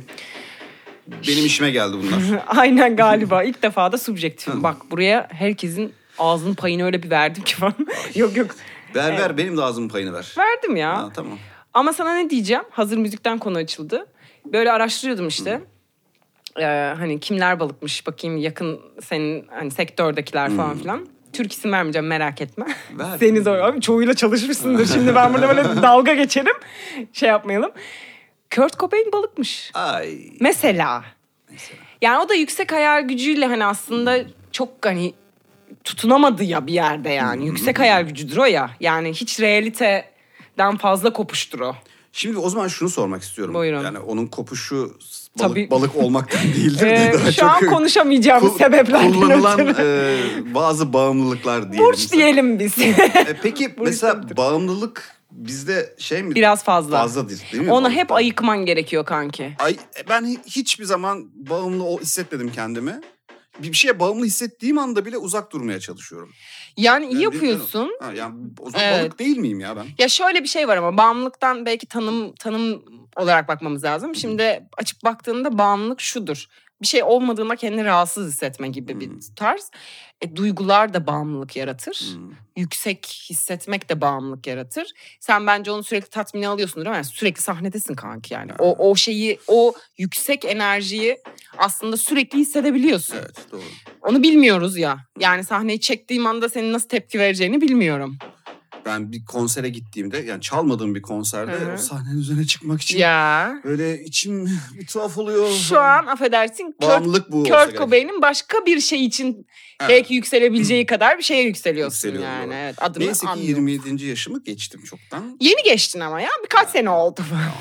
Benim işime geldi bunlar. Aynen galiba. İlk defa da subjektifim. Bak buraya herkesin ağzının payını öyle bir verdim ki falan. yok yok. Ver evet. ver benim de ağzımın payını ver. Verdim ya. Ha, tamam. Ama sana ne diyeceğim? Hazır müzikten konu açıldı. Böyle araştırıyordum işte. Hmm. Ee, hani kimler balıkmış bakayım yakın senin hani sektördekiler hmm. falan filan. Türk isim vermeyeceğim merak etme. Ver. Seni zor. Abi çoğuyla çalışmışsındır. Şimdi ben burada böyle dalga geçerim. Şey yapmayalım. Kurt Cobain balıkmış. Ay. Mesela. Mesela. Yani o da yüksek hayal gücüyle hani aslında çok hani tutunamadı ya bir yerde yani. Hmm. Yüksek hayal gücüdür o ya. Yani hiç realiteden fazla kopuştur o. Şimdi o zaman şunu sormak istiyorum. Buyurun. Yani onun kopuşu balık, balık olmaktan değildir de ee, daha şu çok an konuşamayacağım kul- sebeplerden kullanılan e, bazı bağımlılıklar diyelim. Burç diyelim biz. e, peki mesela bağımlılık bizde şey mi? Biraz fazla. Fazladır değil mi? Onu balıktan hep ayıkman gerekiyor kanki. Ay, ben hiçbir zaman bağımlı hissetmedim kendimi. Bir şeye bağımlı hissettiğim anda bile uzak durmaya çalışıyorum. Yani iyi yani yapıyorsun. Ha, yani o zaman evet. balık değil miyim ya ben? Ya şöyle bir şey var ama bağımlılıktan belki tanım tanım olarak bakmamız lazım. Şimdi açıp baktığında bağımlılık şudur. Bir şey olmadığında kendini rahatsız hissetme gibi bir tarz. E, duygular da bağımlılık yaratır. Hmm. Yüksek hissetmek de bağımlılık yaratır. Sen bence onu sürekli tatmini alıyorsundur ama yani sürekli sahnedesin kanki yani. O o şeyi, o yüksek enerjiyi aslında sürekli hissedebiliyorsun. Evet, doğru. Onu bilmiyoruz ya. Yani sahneyi çektiğim anda senin nasıl tepki vereceğini bilmiyorum. Ben bir konsere gittiğimde yani çalmadığım bir konserde Hı-hı. o sahnenin üzerine çıkmak için ya. böyle içim bir tuhaf oluyor. Şu an affedersin bağımlılık bu. Kurt Cobain'in başka bir şey için evet. belki yükselebileceği kadar bir şeye yükseliyorsun yani. Doğru. Evet, adını neyse ki anladım. yirmi yedinci yaşımı geçtim çoktan. Yeni geçtin ama ya birkaç sene oldu.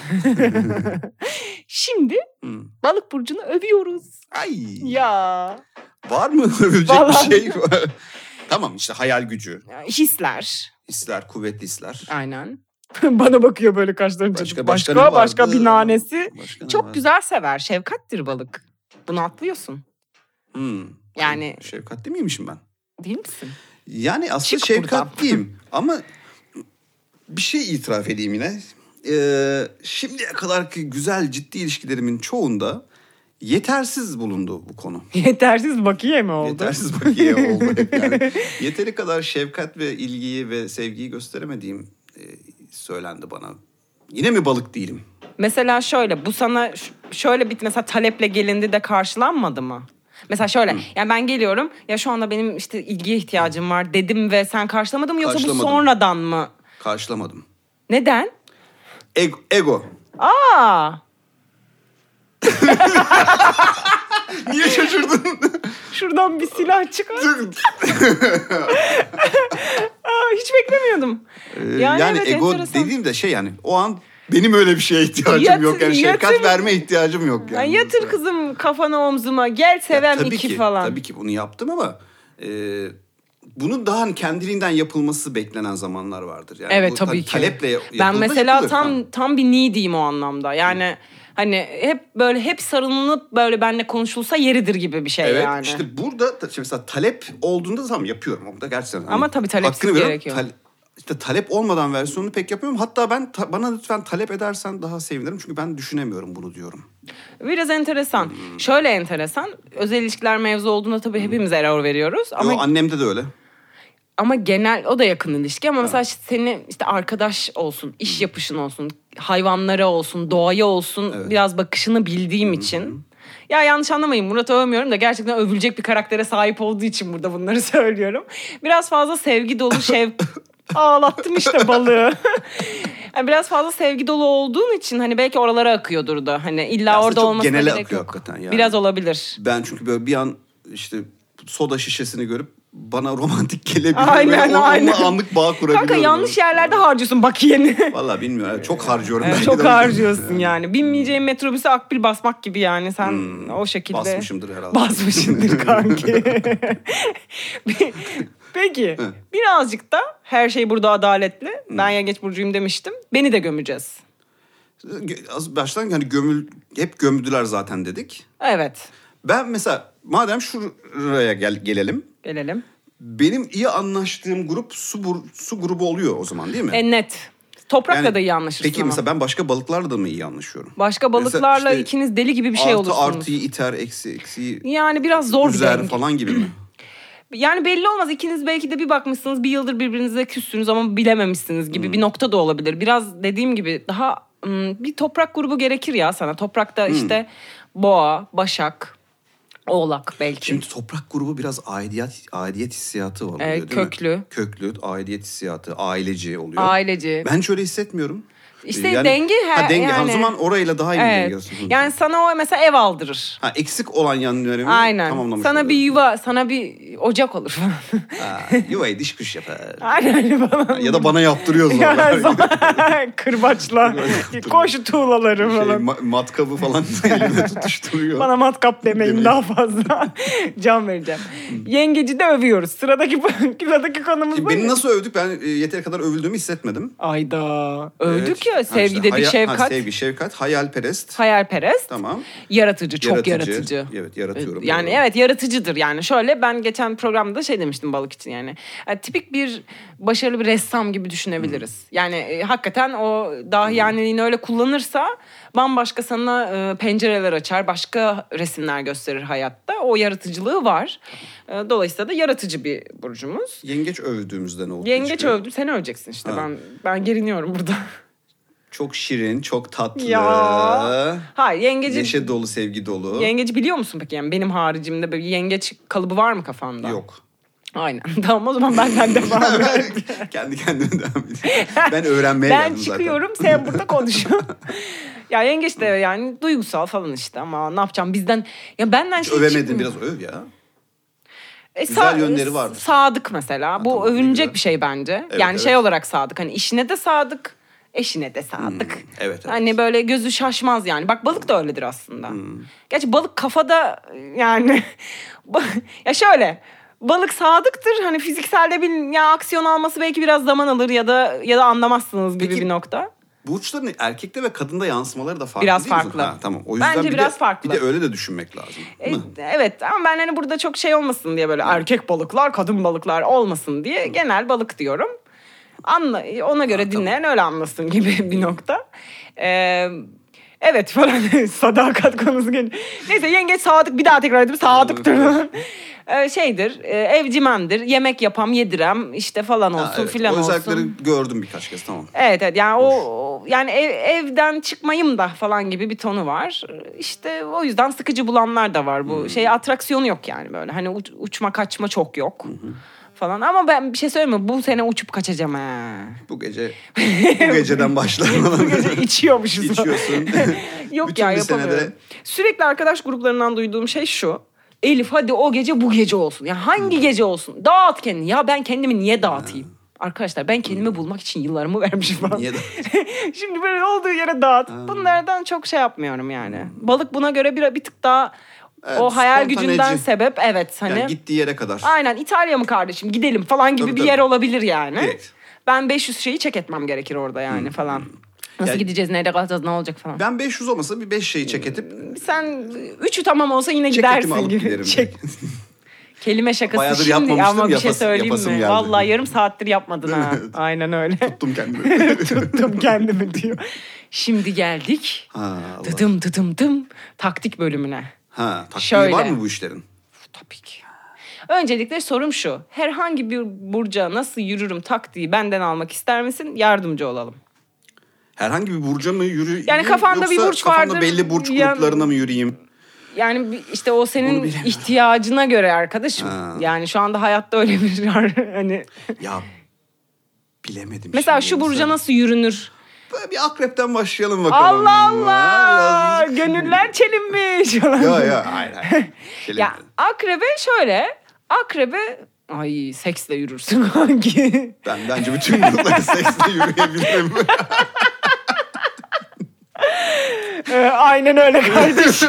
Şimdi hmm. balık burcunu övüyoruz. Ay. Ya. Var mı övülecek Vallahi. bir şey? Tamam işte hayal gücü. Hisler. Hisler, kuvvetli hisler. Aynen. Bana bakıyor böyle kaşlarını başka, başka, başka, başka bir nanesi. Başka çok var? Güzel sever. Şefkattir balık. Bunu atlıyorsun. Hmm. Yani. Şefkatli miymişim ben? Değil misin? Yani aslında Çık şefkatliyim. Ama bir şey itiraf edeyim yine. Ee, şimdiye kadarki güzel ciddi ilişkilerimin çoğunda yetersiz bulundu bu konu. Yetersiz bakiye mi oldu? Yetersiz bakiye oldu hep yani. Yeteri kadar şefkat ve ilgiyi ve sevgiyi gösteremediğim e, söylendi bana. Yine mi balık değilim? Mesela şöyle, bu sana şöyle bir mesela taleple gelindi de karşılanmadı mı? Mesela şöyle, Hı. yani ben geliyorum ya şu anda benim işte ilgiye ihtiyacım var dedim ve sen karşılamadın mı yoksa bu sonradan mı? Karşılamadım. Neden? Ego. ego. Aa. Niye şaşırdın? Şuradan bir silah çıkar. Aa, hiç beklemiyordum. Ee, yani yani evet, ego enteresan. Dediğim de şey yani o an benim öyle bir şeye ihtiyacım yatır, yok. Yani yatır, şefkat verme ihtiyacım yok. Yani. Yani yatır kızım kafanı omzuma gel sevem ya, iki ki, falan. Tabii ki bunu yaptım ama... E, bunun daha hani kendiliğinden yapılması beklenen zamanlar vardır. Yani evet bu, tabii ki. Taleple ben mesela yapılır, tam ha. tam bir needy'yim o anlamda. Yani Hı. hani hep böyle hep sarılınıp böyle benimle konuşulsa yeridir gibi bir şey evet, yani. Evet işte burada mesela talep olduğunda tamam yapıyorum. Orada gerçekten. Ama hani, tabii talepsiz gerekiyor. Tal- işte talep olmadan versiyonunu pek yapıyorum. Hatta ben ta- bana lütfen talep edersen daha sevinirim. Çünkü ben düşünemiyorum bunu diyorum. Biraz enteresan. Hmm. Şöyle enteresan. Özel ilişkiler mevzu olduğunda tabii hmm. hepimiz error veriyoruz. Ama... Yo, annemde de öyle. Ama genel o da yakın ilişki ama ha. mesela senin işte arkadaş olsun, iş yapışın olsun, hayvanlara olsun, doğaya olsun evet. biraz bakışını bildiğim Hı-hı. için. Ya yanlış anlamayın Murat'ı övmüyorum da gerçekten övülecek bir karaktere sahip olduğu için burada bunları söylüyorum. Biraz fazla sevgi dolu, şev... Ağlattım işte balığı. Yani biraz fazla sevgi dolu olduğun için hani belki oralara akıyordur da. Hani illa Aslında orada çok olmasına genele gerek akıyor yok. hakikaten yani. Biraz olabilir. Ben çünkü böyle bir an işte soda şişesini görüp bana romantik gelebiliyor. Aynen, Böyle aynen. onunla anlık bağ kurabiliyorum. Kanka yanlış yerlerde harcıyorsun bakiyeni. Vallahi bilmiyorum. Çok harcıyorum. Evet, belki çok de. harcıyorsun yani. Binmeyeceğin metrobüse akbil basmak gibi yani. Sen hmm, o şekilde... Basmışımdır herhalde. Basmışımdır kanki. Peki birazcık da her şey burada adaletli. Hmm. Ben yengeç burcuyum demiştim. Beni de gömeceğiz. Az baştan hani gömül, hep gömdüler zaten dedik. Evet. Ben mesela madem şuraya gel, gelelim. Gelelim. Benim iyi anlaştığım grup su, bur, su grubu oluyor o zaman değil mi? E net. Toprakla yani, da iyi anlaşırsın peki ama. mesela ben başka balıklarla da mı iyi anlaşıyorum? Başka balıklarla işte ikiniz deli gibi bir şey artı olursunuz. Artı artıyı iter, eksi eksiyi yani biraz zor bir üzer falan gibi mi? Yani belli olmaz. İkiniz belki de bir bakmışsınız bir yıldır birbirinize küssünüz ama bilememişsiniz gibi hmm. bir nokta da olabilir. Biraz dediğim gibi daha ım, bir toprak grubu gerekir ya sana. Toprakta hmm. işte boğa, başak, oğlak belki. Şimdi toprak grubu biraz aidiyet, aidiyet hissiyatı var. Oluyor, ee, köklü. Mi? Köklü, aidiyet hissiyatı, aileci oluyor. Aileci. Ben hiç öyle hissetmiyorum. İşte yani, denge her ha, denge. yani. O zaman orayla daha iyi bir evet. denge olsun. Yani sana o mesela ev aldırır. Ha, eksik olan yanlarını aynen. tamamlamış sana oluyor. Bir yuva, sana bir ocak olur falan. Ha, yuvayı diş kuş yapar. Aynen falan. Ya da bana yaptırıyor zorlar. Kırbaçla. Koşu tuğlaları şey, falan. Ma- matkabı falan eline tutuşturuyor. Bana matkap demeyin, demeyin. Daha fazla. Can vereceğim. Yengeci de övüyoruz. Sıradaki sıradaki konumuz bu. Beni nasıl övdük? Ben yeteri kadar övüldüğümü hissetmedim. Ayda. Övdük evet. ya. Sevgi işte, dedik, hayal, şefkat. Ha, sevgi, şefkat, hayalperest. Hayalperest. Tamam. Yaratıcı, çok yaratıcı. yaratıcı. Evet, yaratıyorum. Yani diyorum. evet, yaratıcıdır yani. Şöyle ben geçen programda şey demiştim balık için yani. yani tipik bir başarılı bir ressam gibi düşünebiliriz. Hmm. Yani e, hakikaten o dahiyaneliğini hmm. öyle kullanırsa bambaşka sana e, pencereler açar, başka resimler gösterir hayatta. O yaratıcılığı var. E, dolayısıyla da yaratıcı bir burcumuz. Yengeç övdüğümüzde ne oldu? Yengeç övdüm. Sen öveceksin işte. Ha. Ben ben geriniyorum burada. Çok şirin, çok tatlı. Ya. Hayır, yengeci... Neşe dolu, sevgi dolu. Yengeci biliyor musun peki? Yani benim haricimde böyle yengeç kalıbı var mı kafanda? Yok. Aynen. Tamam, o zaman benden devam et. Kendi kendime devam edeyim. Ben öğrenmeye ben geldim zaten. Ben çıkıyorum, sen burada konuşuyorsun. Ya yengeç de yani duygusal falan işte ama ne yapacağım bizden... Ya benden hiç şey övemedin, çıkmıyor. biraz öv ya. E, güzel sa- yönleri var. Sadık mesela. Ha, bu tamam, övünecek bir şey bence. Evet, yani evet. şey olarak sadık. Hani işine de sadık. Eşine de sadık. Hmm, evet, evet. Hani böyle gözü şaşmaz yani. Bak balık da öyledir aslında. Hmm. Gerçi balık kafada yani... ya şöyle... Balık sadıktır. Hani fizikselde bir ya aksiyon alması belki biraz zaman alır ya da ya da anlamazsınız gibi Peki, bir nokta. Burçların erkekte ve kadında yansımaları da farklı biraz değil mi? farklı. Ha, tamam. O yüzden Bence bir biraz de, farklı. Bir de öyle de düşünmek lazım. E, evet ama ben hani burada çok şey olmasın diye böyle erkek balıklar, kadın balıklar olmasın diye hmm. genel balık diyorum. Anla, ona göre ha, dinleyen tamam. öyle anlasın gibi bir nokta. Ee, evet falan sadakat konusu geliyor. Neyse yengeç sadık, bir daha tekrar edeyim, sadıktır. Ee, şeydir, e, evcimendir, yemek yapam, yedirem işte falan olsun ha, evet. filan olsun. O özellikleri gördüm birkaç kez, tamam. Evet evet yani Hoş. o yani ev, evden çıkmayayım da falan gibi bir tonu var. İşte o yüzden sıkıcı bulanlar da var bu hmm. şey, atraksiyonu yok yani böyle hani uç, uçma kaçma çok yok. Hmm. falan. Ama ben bir şey söyleyeyim mi? Bu sene uçup kaçacağım ha. Bu gece bu geceden başlar. Bu gece içiyormuşuz. İçiyorsun. Yok bütün ya, yapamıyorum. Senede... Sürekli arkadaş gruplarından duyduğum şey şu. Elif hadi o gece bu gece olsun. Ya hangi hmm. gece olsun? Dağıt kendini. Ya ben kendimi niye dağıtayım? Ha. Arkadaşlar ben kendimi hmm. bulmak için yıllarımı vermişim falan. Niye Şimdi böyle olduğu yere dağıt. Ha. Bunlardan çok şey yapmıyorum yani. Hmm. Balık buna göre bir, bir tık daha evet, o hayal gücünden sebep evet hani. Yani gittiği yere kadar. Aynen, İtalya mı kardeşim gidelim falan gibi tabii, bir tabii. yer olabilir yani. Direkt. Ben beş yüz şeyi çek etmem gerekir orada yani hmm. falan. Nasıl yani, gideceğiz, nerede kalacağız, ne olacak falan. Ben beş yüz olmasa bir beş şeyi çek etip. Sen üçü tamam olsa yine gidersin gibi. Çek. Kelime şakası Bayağıdır şimdi ama bir şey söyleyeyim mi? Geldi. Vallahi yarım saattir yapmadın ha. Aynen öyle. Tuttum kendimi. Tuttum kendimi diyor. Şimdi geldik. Ha, dıdım dıdım dım taktik bölümüne. Ha, taktiği Şöyle. var mı bu işlerin? Tabii ki. Öncelikle sorum şu. Herhangi bir burca nasıl yürürüm taktiği benden almak ister misin? Yardımcı olalım. Herhangi bir burca mı yürüyeyim? Yani kafanda bir burç vardır. Kafanda belli burç yani, gruplarına mı yürüyeyim? Yani işte o senin ihtiyacına göre arkadaşım. Ha. Yani şu anda hayatta öyle bir hani. Ya Bilemedim. Mesela şimdi şu burca insan. nasıl yürünür? Böyle bir akrepten başlayalım bakalım. Allah Allah! Biraz... Gönüller çelinmiş falan. Ya ya hayır hayır. Ya akrebe şöyle. Akrebe ay seksle yürürsün hangi? Ben bence bütün grupları seksle yürüyebilirim. Ee, aynen öyle kardeşim.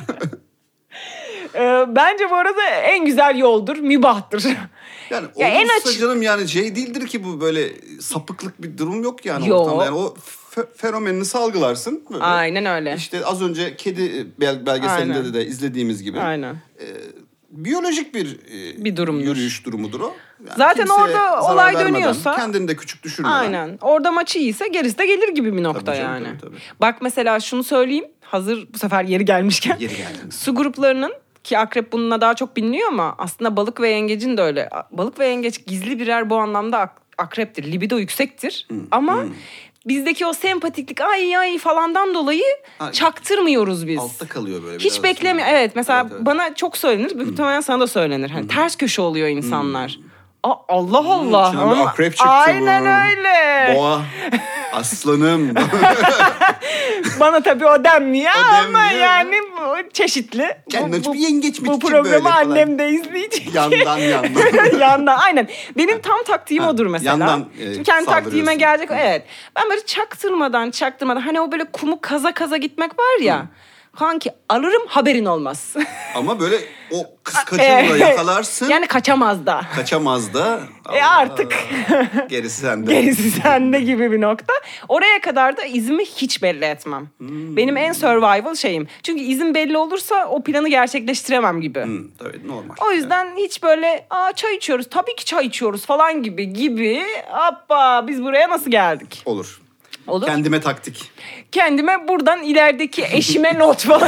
ee, bence bu arada en güzel yoldur, mübahtır. Yani Ya en olursa aç- canım yani şey değildir ki bu böyle sapıklık bir durum yok yani Yok. ortamda. Yani o fe- fenomenini salgılarsın. Böyle. Aynen öyle. İşte az önce kedi bel- belgeselinde Aynen. de, de izlediğimiz gibi. Aynen. E, biyolojik bir, e, Bir durumdur. yürüyüş durumudur o. Yani Zaten kimseye orada zarar olay vermeden, dönüyorsa- kendini de küçük düşürmeden. Aynen. Orada maçı iyiyse gerisi de gelir gibi bir nokta Tabii canım, yani. tabii, tabii. Bak mesela şunu söyleyeyim. Hazır bu sefer yeri gelmişken. Yeri geldi. Su gruplarının ki akrep bununla daha çok biliniyor ama aslında balık ve yengecin de öyle. Balık ve yengeç gizli birer bu anlamda ak- akreptir. Libido yüksektir. Hmm, Ama bizdeki o sempatiklik ay ay falandan dolayı Ay. çaktırmıyoruz biz. Altta kalıyor böyle. Hiç biraz. beklemiyor. Evet mesela Evet, evet. bana çok söylenir. Büyük ihtimalle sana da söylenir. Hani ters köşe oluyor insanlar. Aa, Allah Allah. içinden bir Ama- akrep çıktı Aynen bu. öyle. Boğa. Aslanım. Bana tabii o denmiyor O ama denmiyor. yani bu çeşitli. Kendine bu, bir yengeç mi bu çıkıyor programı böyle falan. annem de izleyecek. Yandan yandan. Yandan aynen. Benim tam taktiğim Ha, odur mesela. yandan, e, Şimdi kendi taktiğime saldırıyorsun. gelecek. Evet. Ben böyle çaktırmadan çaktırmadan hani o böyle kumu kaza kaza gitmek var ya. Kanki alırım haberin olmaz. Ama böyle o kıskacınla yakalarsın. Yani kaçamaz da. Kaçamaz da. E Allah. artık. Gerisi sende. Gerisi sende gibi bir nokta. Oraya kadar da izimi hiç belli etmem. Hmm. Benim en survival şeyim. Çünkü izin belli olursa o planı gerçekleştiremem gibi. Hı, tabii normal. O yüzden hiç böyle aa çay içiyoruz tabii ki çay içiyoruz falan gibi gibi hoppa biz buraya nasıl geldik? Olur. Olur. Kendime taktik. Kendime buradan ilerideki eşime not falan.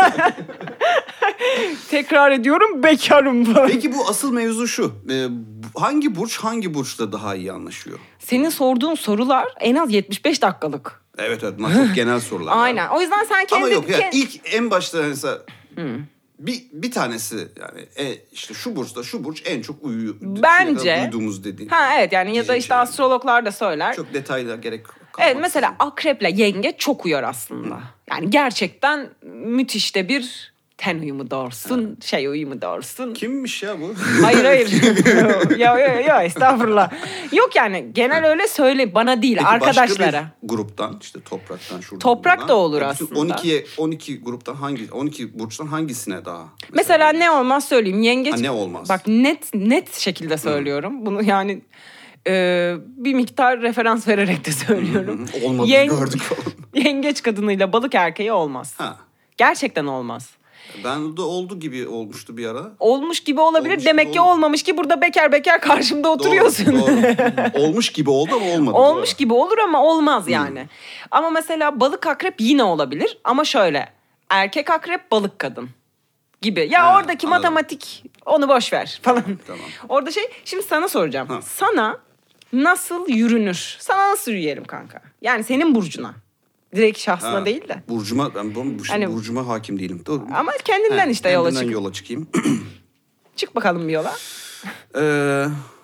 Tekrar ediyorum bekarım falan. Peki bu asıl mevzu şu. Ee, hangi burç hangi burçla daha iyi anlaşıyor? Senin sorduğun sorular en az yetmiş beş dakikalık. Evet evet bunlar çok genel sorular. Aynen. O yüzden sen kendi... Ama yok ya kend- ilk en başta mesela bir bir tanesi yani e, işte şu burçta şu burç en çok uyu Bence- duyduğumuz dediğin. Ha evet yani ya da Diyecek işte şeyler. astrologlar da söyler. Çok detaylı gerek kalmaz. Evet mesela akreple yenge çok uyar aslında. Yani gerçekten müthiş de bir ten uyumu doğursun, şey uyumu doğursun. Kimmiş ya bu? Hayır hayır. ya ya ya estağfurullah. Yok yani genel öyle söyle bana değil Peki arkadaşlara. başka bir gruptan işte topraktan şuradan. Toprak buradan. da olur Yani bütün aslında. on ikiye on iki gruptan hangi on iki burçtan hangisine daha? Mesela ne olmaz söyleyeyim yengeç. Ha, ne olmaz? Bak net net şekilde söylüyorum. Bunu yani e, bir miktar referans vererek de söylüyorum. Olmadı Yeng- gördük falan. Yengeç kadınıyla balık erkeği olmaz. Ha. Gerçekten olmaz. Ben de oldu gibi olmuştu bir ara. Olmuş gibi olabilir. Olmuş Demek gibi ki ol- olmamış ki burada bekar bekar karşımda oturuyorsun. Doğru, doğru. Olmuş gibi oldu ama olmadı. Olmuş doğru. gibi olur ama olmaz yani. Ama mesela balık akrep yine olabilir. Ama şöyle erkek akrep balık kadın gibi. Ya Ha, oradaki anladım. matematik onu boş ver falan. Tamam. Orada şey şimdi sana soracağım. Ha. Sana nasıl yürünür? Sana nasıl yürüyelim kanka? Yani senin burcuna. Direkt şahsına Ha, değil de. Burcuma ben bu, bu Hani- burcuma hakim değilim. Doğru. Ama kendinden He, işte yola kendimden çık. yola çıkayım. Çık bakalım bir yola. Ee,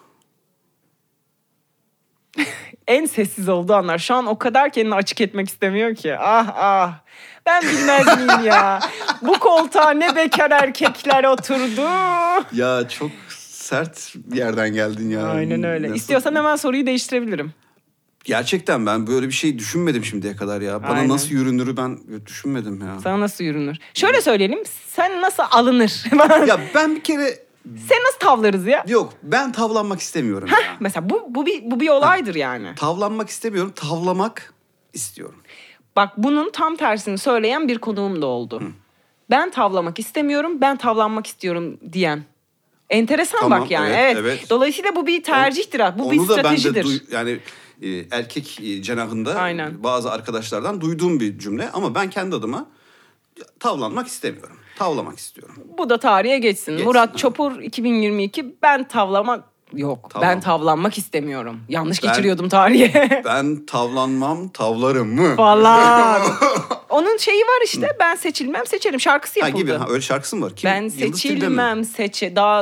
En sessiz olduğu anlar. Şu an o kadar kendini açık etmek istemiyor ki. Ah ah. Ben bilmez miyim ya? Bu koltuğa ne bekar erkekler oturdu. ya çok sert bir yerden geldin ya. Aynen öyle. Nasıl- İstiyorsan hemen soruyu değiştirebilirim. Gerçekten ben böyle bir şey düşünmedim şimdiye kadar ya. Bana Aynen. nasıl yürünürü ben düşünmedim ya. Sana nasıl yürünür? Şöyle söyleyelim. Sen nasıl alınır? Ya ben bir kere Sen nasıl tavlarız ya? yok ben tavlanmak istemiyorum ya. Mesela bu, bu, bir, bu bir olaydır yani. Tavlanmak istemiyorum, tavlamak istiyorum. Bak bunun tam tersini söyleyen bir konuğum da oldu. Ben tavlamak istemiyorum, ben tavlanmak istiyorum diyen. Enteresan Tamam, bak yani. evet, Evet, evet. Dolayısıyla bu bir tercihtir. ha. Bu bir Onu da ben de stratejidir. duy- yani e, erkek e, cenahında Aynen. bazı arkadaşlardan duyduğum bir cümle ama ben kendi adıma tavlanmak istemiyorum. Tavlamak istiyorum. Bu da tarihe geçsin. Geçsin, Murat ha. Çopur iki bin yirmi iki ben tavlamak yok. Tamam. Ben tavlanmak istemiyorum. Yanlış Ben- geçiriyordum tarihe. Ben tavlanmam, tavlarım mı? Falan. Onun şeyi var işte ben seçilmem seçerim şarkısı Ha yapıldı. gibi ha, öyle şarkısı mı var? Kim? Ben Yıldız Tilbe mi? seçilmem seçe daha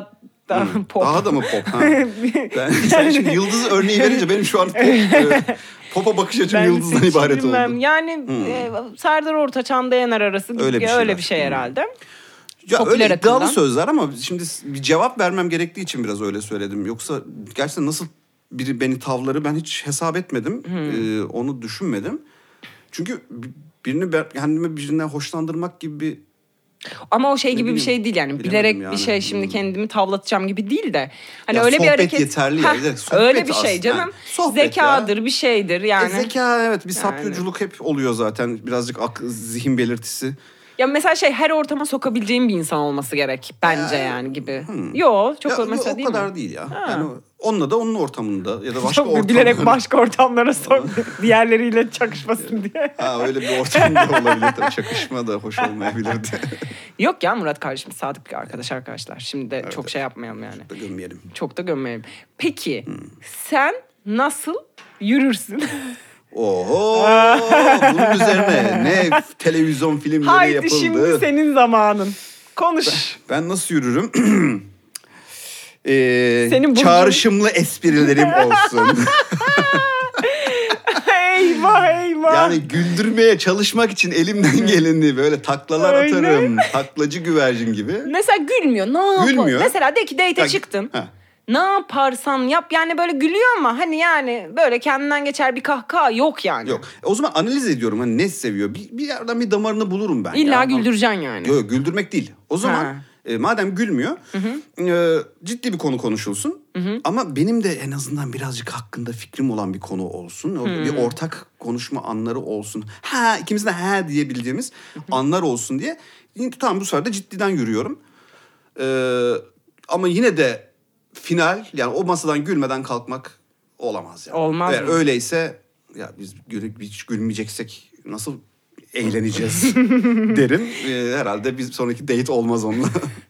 Daha Hmm. pop. Daha da mı pop? Ha. Ben, sen şimdi yıldız örneği verince benim şu an pop, e, pop'a bakış açım Ben yıldızdan ibaret bilmem. oldu. Yani Hmm. e, Serdar Ortaç'an Yener arası gibi Öyle bir şey, öyle bir şey Hmm. herhalde. Ya Popüler öyle iddialı akımdan. sözler ama şimdi bir cevap vermem gerektiği için biraz öyle söyledim. Yoksa gerçekten nasıl biri beni tavları ben hiç hesap etmedim. Hmm. Ee, onu düşünmedim. Çünkü birini ben- kendimi birinden hoşlandırmak gibi bir... Ama o şey Ne gibi bir bileyim, şey değil yani. bilemedim Bilerek yani. bir şey şimdi Hmm. kendimi tavlatacağım gibi değil de. Hani Ya öyle bir sohbet hareket. yeterli ya. Heh, Sohbet öyle bir şey aslında. canım. Yani sohbet Zekadır ya. bir şeydir yani. E, zeka evet bir Yani. sapyoculuk hep oluyor zaten. Birazcık ak- zihin belirtisi. Ya mesela şey her ortama sokabileceğim bir insan olması gerek bence Ya, yani gibi. hmm. Yo çok Ya, mesela o değil kadar mi? değil ya. Ha. Yani onunla da onun ortamında ya da başka Çok ortamda. bilerek başka ortamlara sok. Diğerleriyle çakışmasın diye. Ha öyle bir ortamda olabilir. Tabii çakışma da hoş olmayabilirdi. Yok ya Murat kardeşim sadık bir arkadaş arkadaşlar. Şimdi de çok şey yapmayalım yani. Da gömmeyelim. Çok da gömmeyelim. Peki sen nasıl yürürsün? Oho! Bunun üzerine ne televizyon filmleri Haydi yapıldı. şimdi senin zamanın. Konuş. Ben nasıl yürürüm? ee, Senin burcun- çağrışımlı esprilerim olsun. Eyvah eyvah. Yani güldürmeye çalışmak için elimden geleni böyle taklalar Öyle. atarım. Taklacı güvercin gibi. Mesela gülmüyor. Ne yapalım? Gülmüyor. Mesela de ki date'e Ya- çıktın. Ha. Ne yaparsan yap yani böyle gülüyor ama hani yani böyle kendinden geçer bir kahkaha yok yani. Yok. E, o zaman analiz ediyorum. Hani ne seviyor? Bir, bir yerden bir damarını bulurum ben. İlla ya. güldüreceksin yani. Yok güldürmek değil. O zaman Ha. e, madem gülmüyor e, ciddi bir konu konuşulsun. Ama benim de en azından birazcık hakkında fikrim olan bir konu olsun. O, bir ortak konuşma anları olsun. Ha ikimizin de ha diyebileceğimiz anlar olsun diye. Yine, tamam bu sefer de ciddiden yürüyorum. E, ama yine de final yani o masadan gülmeden kalkmak olamaz yani. Olmaz Eğer mı? öyleyse ya biz gül, hiç gülmeyeceksek nasıl eğleneceğiz derim. Ee, herhalde bir sonraki date olmaz onunla.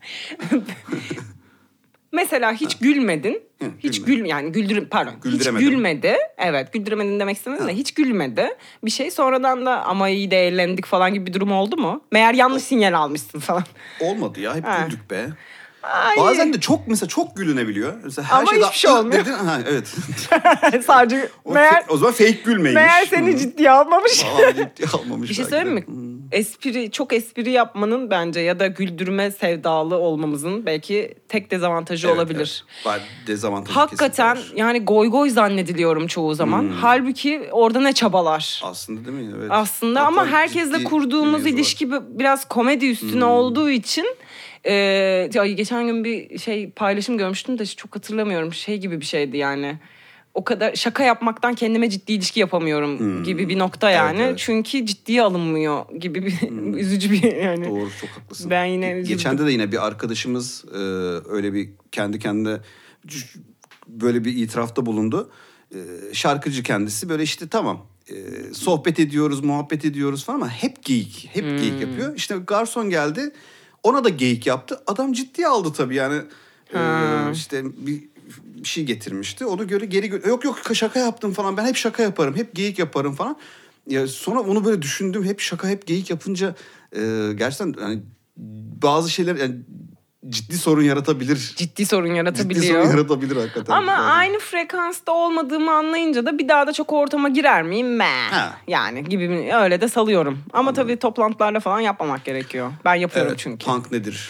Mesela hiç gülmedin. Hı, hiç gülmedim. gül yani güldür pardon. Hiç Güldüremedim. gülmedi. Evet, güldüremedin demek istemedim de hiç gülmedi. Bir şey sonradan da ama iyi de eğlendik falan gibi bir durum oldu mu? Meğer yanlış sinyal almışsın falan. Olmadı ya hep Ha. güldük be. Ay. Bazen de çok mesela çok gülünebiliyor. Mesela her Ama şeyde hiçbir şey "Ih" olmuyor. dedin, ha, evet. Sadece O, meğer fe- o zaman fake gülmeymiş. meğer seni Hı. ciddiye almamış. Vallahi ciddiye almamış. Bir şey belki söyleyeyim de. mi? Hı. Espri, çok espri yapmanın bence ya da güldürme sevdalı olmamızın belki tek dezavantajı Evet, olabilir. evet. Var, dezavantajı Hakikaten kesinlikle var. yani goy goy zannediliyorum çoğu zaman. Hmm. Halbuki orada ne çabalar. Aslında değil mi? Evet. Aslında Hatta ama herkesle ciddi kurduğumuz bir mevzu var. ilişki bi- biraz komedi üstüne Hmm. olduğu için e, ya geçen gün bir şey paylaşım görmüştüm de çok hatırlamıyorum. Şey gibi bir şeydi yani. O kadar şaka yapmaktan kendime ciddi ilişki yapamıyorum Hmm. gibi bir nokta yani. Evet, evet. Çünkü ciddiye alınmıyor gibi bir üzücü bir yani. Doğru çok haklısın. Ben yine Ge- üzüldüm. Geçen de de yine bir arkadaşımız e, öyle bir kendi kendine c- böyle bir itirafta bulundu. E, şarkıcı kendisi böyle işte tamam e, sohbet ediyoruz, muhabbet ediyoruz falan ama hep geyik, hep Hmm. geyik yapıyor. İşte garson geldi, ona da geyik yaptı. Adam ciddiye aldı tabii yani. E, Ha. işte bir bir şey getirmişti. Onu göre geri gö- yok yok şaka yaptım falan. Ben hep şaka yaparım, hep geyik yaparım falan. Ya sonra onu böyle düşündüm. Hep şaka, hep geyik yapınca e, gerçekten yani bazı şeyler yani ciddi sorun yaratabilir. Ciddi sorun Ciddi yaratabiliyor. sorun yaratabilir hakikaten. Ama Yani. aynı frekansta olmadığımı anlayınca da bir daha da çok ortama girer miyim? Meh. Ha. Yani gibi bir- öyle de salıyorum. Ama tabii toplantılarda falan yapmamak gerekiyor. Ben yapıyorum Evet, çünkü. punk nedir?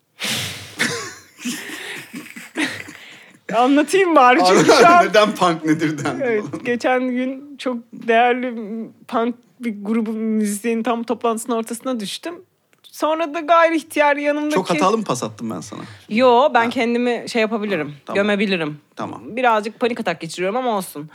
Anlatayım bari çünkü şu an... Neden punk nedir dendi. Evet, geçen gün çok değerli punk bir grubun müzisyeni tam toplantısının ortasına düştüm. Sonra da gayri ihtiyar yanımdaki... Çok hatalı mı pas attım ben sana? Yo ben kendimi şey yapabilirim. Tamam. Gömebilirim. Tamam. Birazcık panik atak geçiriyorum ama olsun.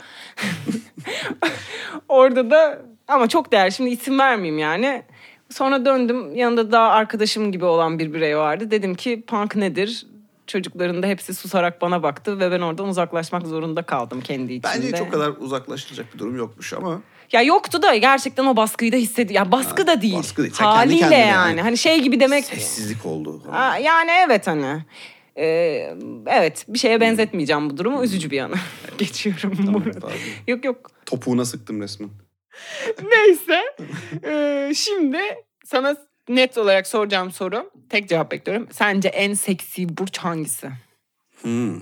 Orada da ama çok değerli. Şimdi isim vermeyeyim yani. Sonra döndüm. Yanında daha arkadaşım gibi olan bir birey vardı. Dedim ki punk nedir? Çocukların da hepsi susarak bana baktı ve ben oradan uzaklaşmak zorunda kaldım kendi içimde. Bence çok kadar uzaklaşılacak bir durum yokmuş ama. Ya yoktu da gerçekten o baskıyı da hissediyor. Ya baskı Ha, da değil. baskı değil. Sen kendi Haliyle kendine yani. yani. Hani şey gibi demek. Sessizlik oldu. Aa, yani evet hani. Ee, evet bir şeye benzetmeyeceğim bu durumu. Üzücü bir yana. Geçiyorum Tamam, burada. pardon. Yok yok. Topuğuna sıktım resmen. Neyse. Ee, şimdi sana net olarak soracağım soru. Tek cevap bekliyorum. Sence en seksi burç hangisi? Hmm.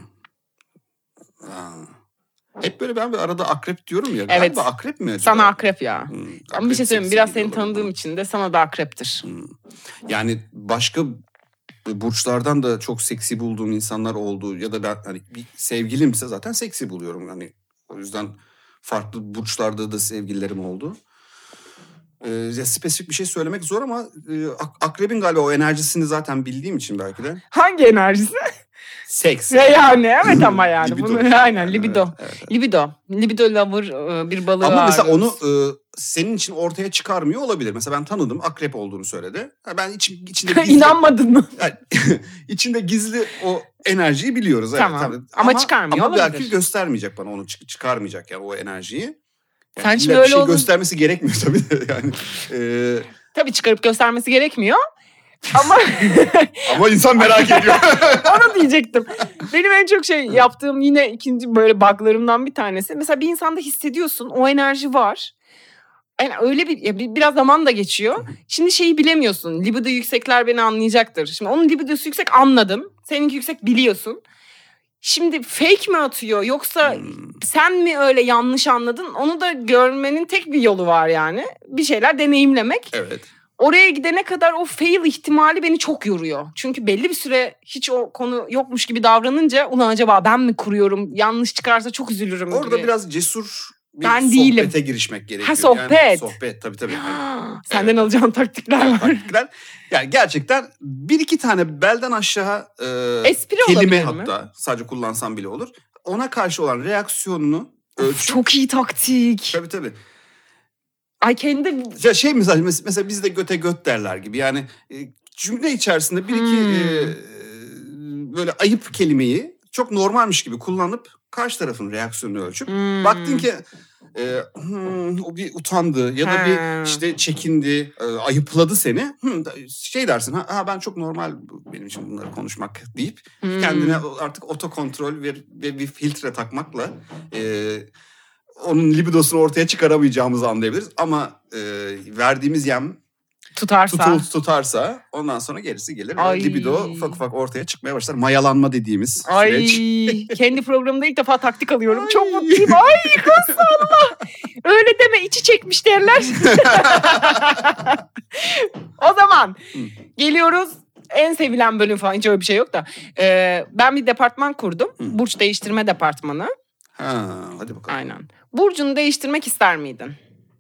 Aa. Hep böyle ben bir arada akrep diyorum ya. Evet. Galiba akrep mi acaba? Sana akrep ya. Hmm. Ama bir şey söyleyeyim. Biraz seni olabilir. tanıdığım için de sana da akreptir. Hmm. Yani başka burçlardan da çok seksi bulduğum insanlar oldu. Ya da ben hani bir sevgilimse zaten seksi buluyorum. Hani o yüzden farklı burçlarda da sevgililerim oldu. Ee, ya spesifik bir şey söylemek zor ama e, akrebin galiba o enerjisini zaten bildiğim için belki de. Hangi enerjisi? Seks. Ya yani evet ama yani. Libido. Bunu, aynen Yani, libido. evet, evet. Libido. Libido lover bir balığı Ama mesela ağırlıyoruz. onu e, senin için ortaya çıkarmıyor olabilir. Mesela ben tanıdım, akrep olduğunu söyledi. Ha, ben içim, içinde gizli... İnanmadın mı? Yani, içinde gizli o enerjiyi biliyoruz. Evet, Tamam. tabii. Ama Ama çıkarmıyor Ama olabilir. belki göstermeyecek bana, onu çık- çıkarmayacak yani o enerjiyi. Yani Sen illa şimdi bir öyle şey olun- göstermesi gerekmiyor tabii de yani. E, Tabii çıkarıp göstermesi gerekmiyor. Ama ama insan merak ediyor. onu diyecektim. Benim en çok şey yaptığım yine ikinci böyle buglarımdan bir tanesi. Mesela bir insanda hissediyorsun, o enerji var. Yani öyle bir, ya bir biraz zaman da geçiyor. Şimdi şeyi bilemiyorsun. Libido yüksekler beni anlayacaktır. Şimdi onun libidosu yüksek anladım. Seninki yüksek biliyorsun. Şimdi fake mi atıyor yoksa Hmm. sen mi öyle yanlış anladın? Onu da görmenin tek bir yolu var yani. Bir şeyler deneyimlemek. Evet. Oraya gidene kadar o fail ihtimali beni çok yoruyor. Çünkü belli bir süre hiç o konu yokmuş gibi davranınca ulan acaba ben mi kuruyorum? Yanlış çıkarsa çok üzülürüm Orada gibi. biraz cesur bir Ben sohbete değilim. girişmek gerekiyor. Ha, sohbet. Yani, sohbet tabii tabii. Yani, Senden evet. alacağın taktikler var. Taktikler. Yani gerçekten bir iki tane belden aşağı e, Espri kelime olabilir mi? hatta sadece kullansam bile olur. Ona karşı olan reaksiyonunu ölçüp. Çok iyi taktik. Tabii tabii. Ay kendi... Ya şey mesela, mesela bizde göte göt derler gibi. Yani e, cümle içerisinde bir iki Hmm. e, böyle ayıp kelimeyi çok normalmiş gibi kullanıp karşı tarafın reaksiyonunu ölçüp Hmm. baktın ki e, hmm, o bir utandı ya da Ha. bir işte çekindi, e, ayıpladı seni. Hmm, şey dersin, ha, ha ben çok normal benim için bunları konuşmak deyip Hmm. kendine artık otokontrol ve, ve bir filtre takmakla e, onun libidosunu ortaya çıkaramayacağımızı anlayabiliriz. Ama e, verdiğimiz yem Tutarsa. tutul tutarsa ondan sonra gerisi gelir. Ay. Ve libido ufak ufak ortaya çıkmaya başlar. Mayalanma dediğimiz Ay süreç. kendi programımda ilk defa taktik alıyorum. Ay. Çok mutluyum. Ay kız Allah. Öyle deme, içi çekmiş derler. O zaman geliyoruz. En sevilen bölüm falan, hiç öyle bir şey yok da. Ee, ben bir departman kurdum. Hı. Burç değiştirme departmanı. Ha, hadi bakalım. Aynen. Burcunu değiştirmek ister miydin?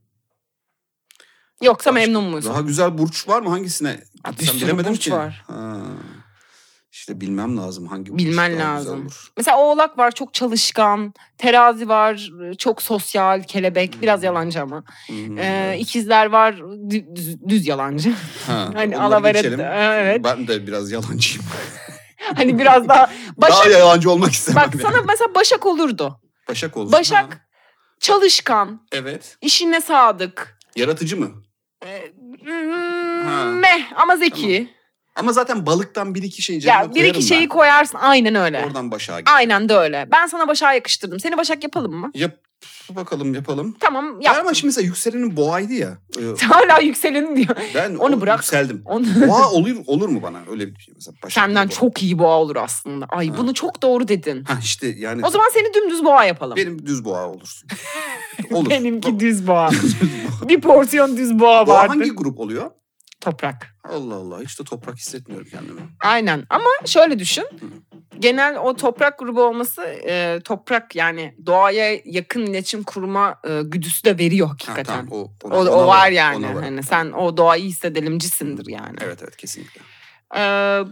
Yoksa Başka- memnun musun? Daha güzel burç var mı? Hangisine? Aa, bir Sen sürü bilemedim burç ki. var. Ha. İşte bilmem lazım hangi burç Bilmen daha lazım. güzel olur. Mesela Oğlak var, çok çalışkan. Terazi var, çok sosyal, kelebek. Biraz yalancı ama. Hmm, Ee, evet. ikizler var, dü- düz, düz yalancı. Ha, hani onları alaveret- geçelim. evet. Ben de biraz yalancıyım. Hani biraz daha... Başak, Daha yalancı olmak istemem. bak sana mesela Başak olurdu. Başak olur. Başak Ha, çalışkan, evet. işine sadık. Yaratıcı mı? Ee, Ha. meh ama zeki. Ama zaten balıktan bir iki şey canıma Ya bir koyarım iki şeyi ben. koyarsın, aynen öyle. Oradan Başak'a gidelim. Aynen de öyle. Ben sana Başak'a yakıştırdım. Seni Başak yapalım mı? Yap bakalım yapalım. Tamam Ya yaptım. ama şimdi mesela yükselenin boğaydı ya. Ee, Hala yükselenin diyor. Ben Onu o- bırak. yükseldim. Onu... Boğa olur olur mu bana öyle bir şey mesela? Başak Senden boğa. çok iyi boğa olur aslında. Ay Ha. bunu çok doğru dedin. Ha işte yani. O zaman seni dümdüz boğa yapalım. Benim düz boğa olursun. Olur. Benimki düz boğa. Bir porsiyon düz boğa Boğa vardı. hangi grup oluyor? Toprak. Allah Allah, hiç de toprak hissetmiyorum kendimi. Aynen ama şöyle düşün. Genel o toprak grubu olması e, toprak yani doğaya yakın iletişim kurma e, güdüsü de veriyor Ha, hakikaten. tamam, o, o, ona- o ona var var, yani. ona var. Hani sen o doğayı hissedelimcisindir yani. Evet evet kesinlikle. Ee,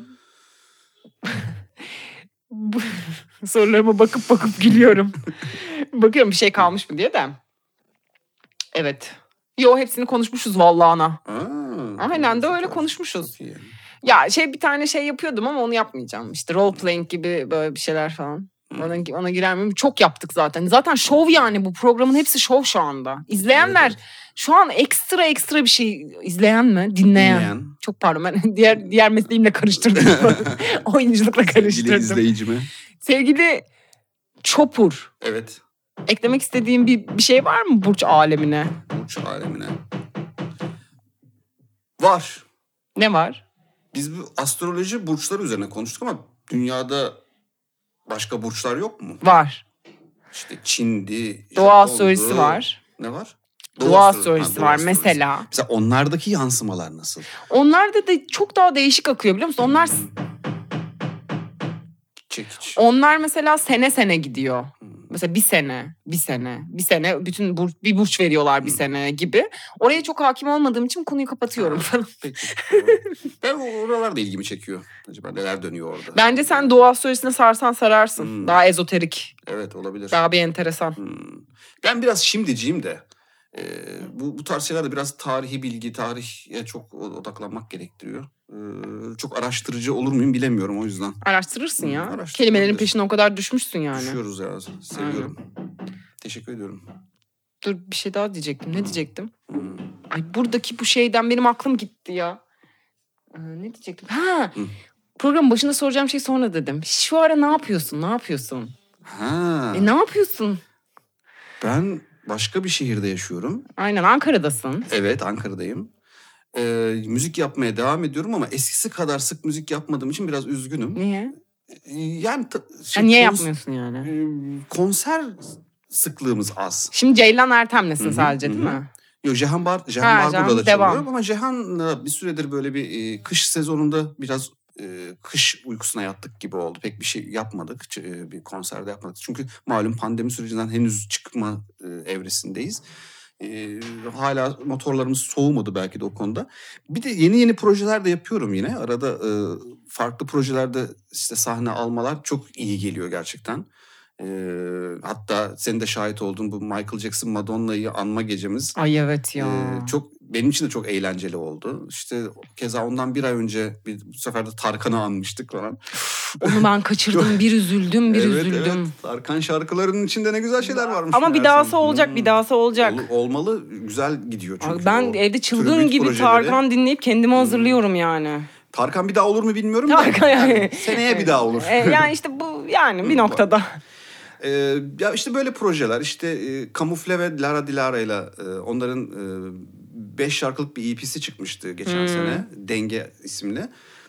bu- sorularıma bakıp bakıp gülüyorum. Bakıyorum bir şey kalmış mı diye de. Evet. Yo hepsini konuşmuşuz vallahi ana. Aa, Aynen de öyle süper, konuşmuşuz. çok iyi. Ya şey bir tane şey yapıyordum ama onu yapmayacağım. İşte role playing gibi böyle bir şeyler falan. Ona, ona girer miyim? Çok yaptık zaten. Zaten şov yani bu programın hepsi şov şu anda. İzleyenler Evet, şu an ekstra ekstra bir şey izleyen mi? Dinleyen. Dinleyen. Çok pardon ben diğer diğer mesleğimle karıştırdım. Oyunculukla Sevgili karıştırdım. izleyicime. Sevgili Çopur. Evet. Eklemek istediğin bir, bir şey var mı burç alemine? Burç alemine. Var. Ne var? Biz bu astroloji burçları üzerine konuştuk ama dünyada Başka burçlar yok mu? Var. İşte Çin'di, Doğa Japon'du. astrolojisi var. Ne var? Doğa astrolojisi var mesela. Mesela onlardaki yansımalar nasıl? Onlarda da çok daha değişik akıyor biliyor musun? Onlar Çekiç. onlar mesela sene sene gidiyor. Mesela bir sene, bir sene, bir sene bütün bur- bir burç veriyorlar bir sene gibi. Oraya çok hakim olmadığım için konuyu kapatıyorum falan. Peki. Ben oralar da ilgimi çekiyor. Acaba neler dönüyor orada? Bence sen doğa astrolojisine sarsan sararsın. Hmm. Daha ezoterik, Evet, olabilir. daha bir enteresan. Hmm. Ben biraz şimdiciyim de. Ee, bu, bu tarz şeylerde biraz tarihi bilgi, tarihe çok odaklanmak gerektiriyor. Ee, çok araştırıcı olur muyum bilemiyorum o yüzden. Araştırırsın ya. Hmm, araştırabilir. Kelimelerin peşine o kadar düşmüşsün yani. Düşüyoruz ya. Seviyorum. Teşekkür ediyorum. Dur bir şey daha diyecektim. Ne diyecektim? Hmm. Ay buradaki bu şeyden benim aklım gitti ya. Ee, ne diyecektim? Ha. Hı. Programın başında soracağım şey sonra dedim. Şu ara ne yapıyorsun? Ne yapıyorsun? Ha. E ne yapıyorsun? Ben başka bir şehirde yaşıyorum. Aynen Ankara'dasın. Evet, Ankara'dayım. Ee, müzik yapmaya devam ediyorum ama eskisi kadar sık müzik yapmadığım için biraz üzgünüm. Niye? Ee, Yani ta- Ha, şey, niye kons- yapmıyorsun yani? e, konser sıklığımız az. Şimdi Ceylan Ertem'lesin Hı hı, sadece değil hı hı. mi? Yo, Cihan Bar, Cihan Ha, Barbur'da Cihan, da devam. çalıyorum ama Cihan'la bir süredir böyle bir e, kış sezonunda biraz e, kış uykusuna yattık gibi oldu. Pek bir şey yapmadık, ç- e, bir konserde yapmadık. Çünkü malum pandemi sürecinden henüz çıkma e, evresindeyiz. E, hala motorlarımız soğumadı belki de o konuda. Bir de yeni yeni projeler de yapıyorum yine. Arada e, farklı projelerde işte sahne almalar çok iyi geliyor gerçekten. Ee, hatta senin de şahit olduğun bu Michael Jackson Madonna'yı anma gecemiz Ay evet ya. e, çok benim için de çok eğlenceli oldu. İşte keza ondan bir ay önce bir bu sefer de Tarkan'ı anmıştık falan. Onu ben kaçırdım. Bir üzüldüm, bir evet, üzüldüm. evet. Tarkan şarkılarının içinde ne güzel şeyler varmış. Ama bir meğersem. dahası olacak, Hmm. bir dahası olacak. Ol- olmalı, güzel gidiyor çünkü. Ay, ben o evde çılgın tribute gibi projeleri. Tarkan dinleyip kendimi hazırlıyorum yani. Tarkan bir daha olur mu bilmiyorum da. Tarkan yani. yani seneye bir daha olur. E, yani işte bu yani bir noktada. Ee, ya işte böyle projeler işte e, Kamufle ve Lara Dilara ile e, onların e, beş şarkılık bir E P'si çıkmıştı geçen Hmm. sene. Denge isimli.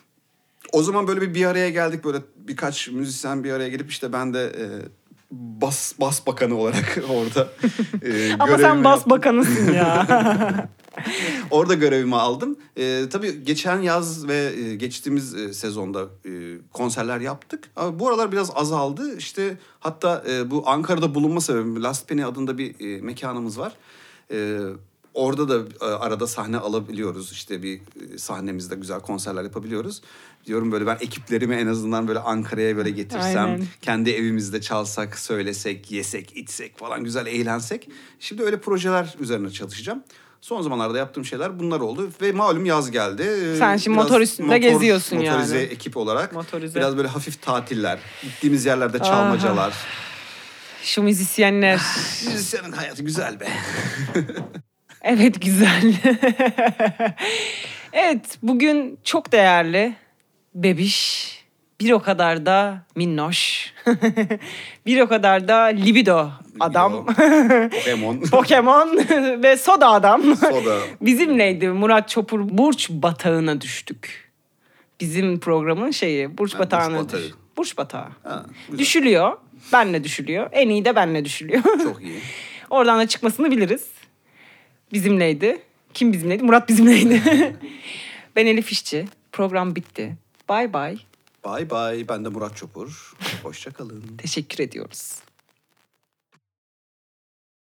O zaman böyle bir bir araya geldik, böyle birkaç müzisyen bir araya gelip işte ben de e, bas bas bakanı olarak orada e, Ama sen görevimi bas yaptım. bakanısın ya. Orada görevimi aldım. Ee, tabii geçen yaz ve e, geçtiğimiz e, sezonda e, konserler yaptık. Ama bu aralar biraz azaldı. İşte hatta e, bu Ankara'da bulunma sebebim, Last Penny adında bir e, mekanımız var. E, orada da e, arada sahne alabiliyoruz. İşte bir e, sahnemizde güzel konserler yapabiliyoruz. Diyorum böyle ben ekiplerimi en azından böyle Ankara'ya böyle getirsem, Aynen. kendi evimizde çalsak, söylesek, yesek, içsek falan, güzel eğlensek. Şimdi öyle projeler üzerine çalışacağım. Son zamanlarda yaptığım şeyler bunlar oldu ve malum yaz geldi. Sen şimdi Biraz motor üstünde geziyorsun yani. Motorize ekip olarak. Motorize. Biraz böyle hafif tatiller, gittiğimiz yerlerde çalmacalar. Şu müzisyenler. Müzisyenin hayatı güzel be. Evet güzel. Evet bugün çok değerli bebiş, bir o kadar da minnoş, bir o kadar da libido adam, Pokemon. Pokemon ve soda adam. Soda. Bizimleydi Murat Çopur. Burç batağına düştük. Bizim programın şeyi Burç Ha, batağına Burç batağı. düş. Burç batağı. Ha, güzel. Düşülüyor. Benle düşülüyor. En iyi de benle düşülüyor. Çok iyi. Oradan da çıkmasını biliriz. Bizimleydi. Kim bizimleydi? Murat bizimleydi. Ben Elif İşçi. Program bitti. Bye bye. Bye bye. Ben de Murat Çopur. Hoşça kalın. Teşekkür ediyoruz.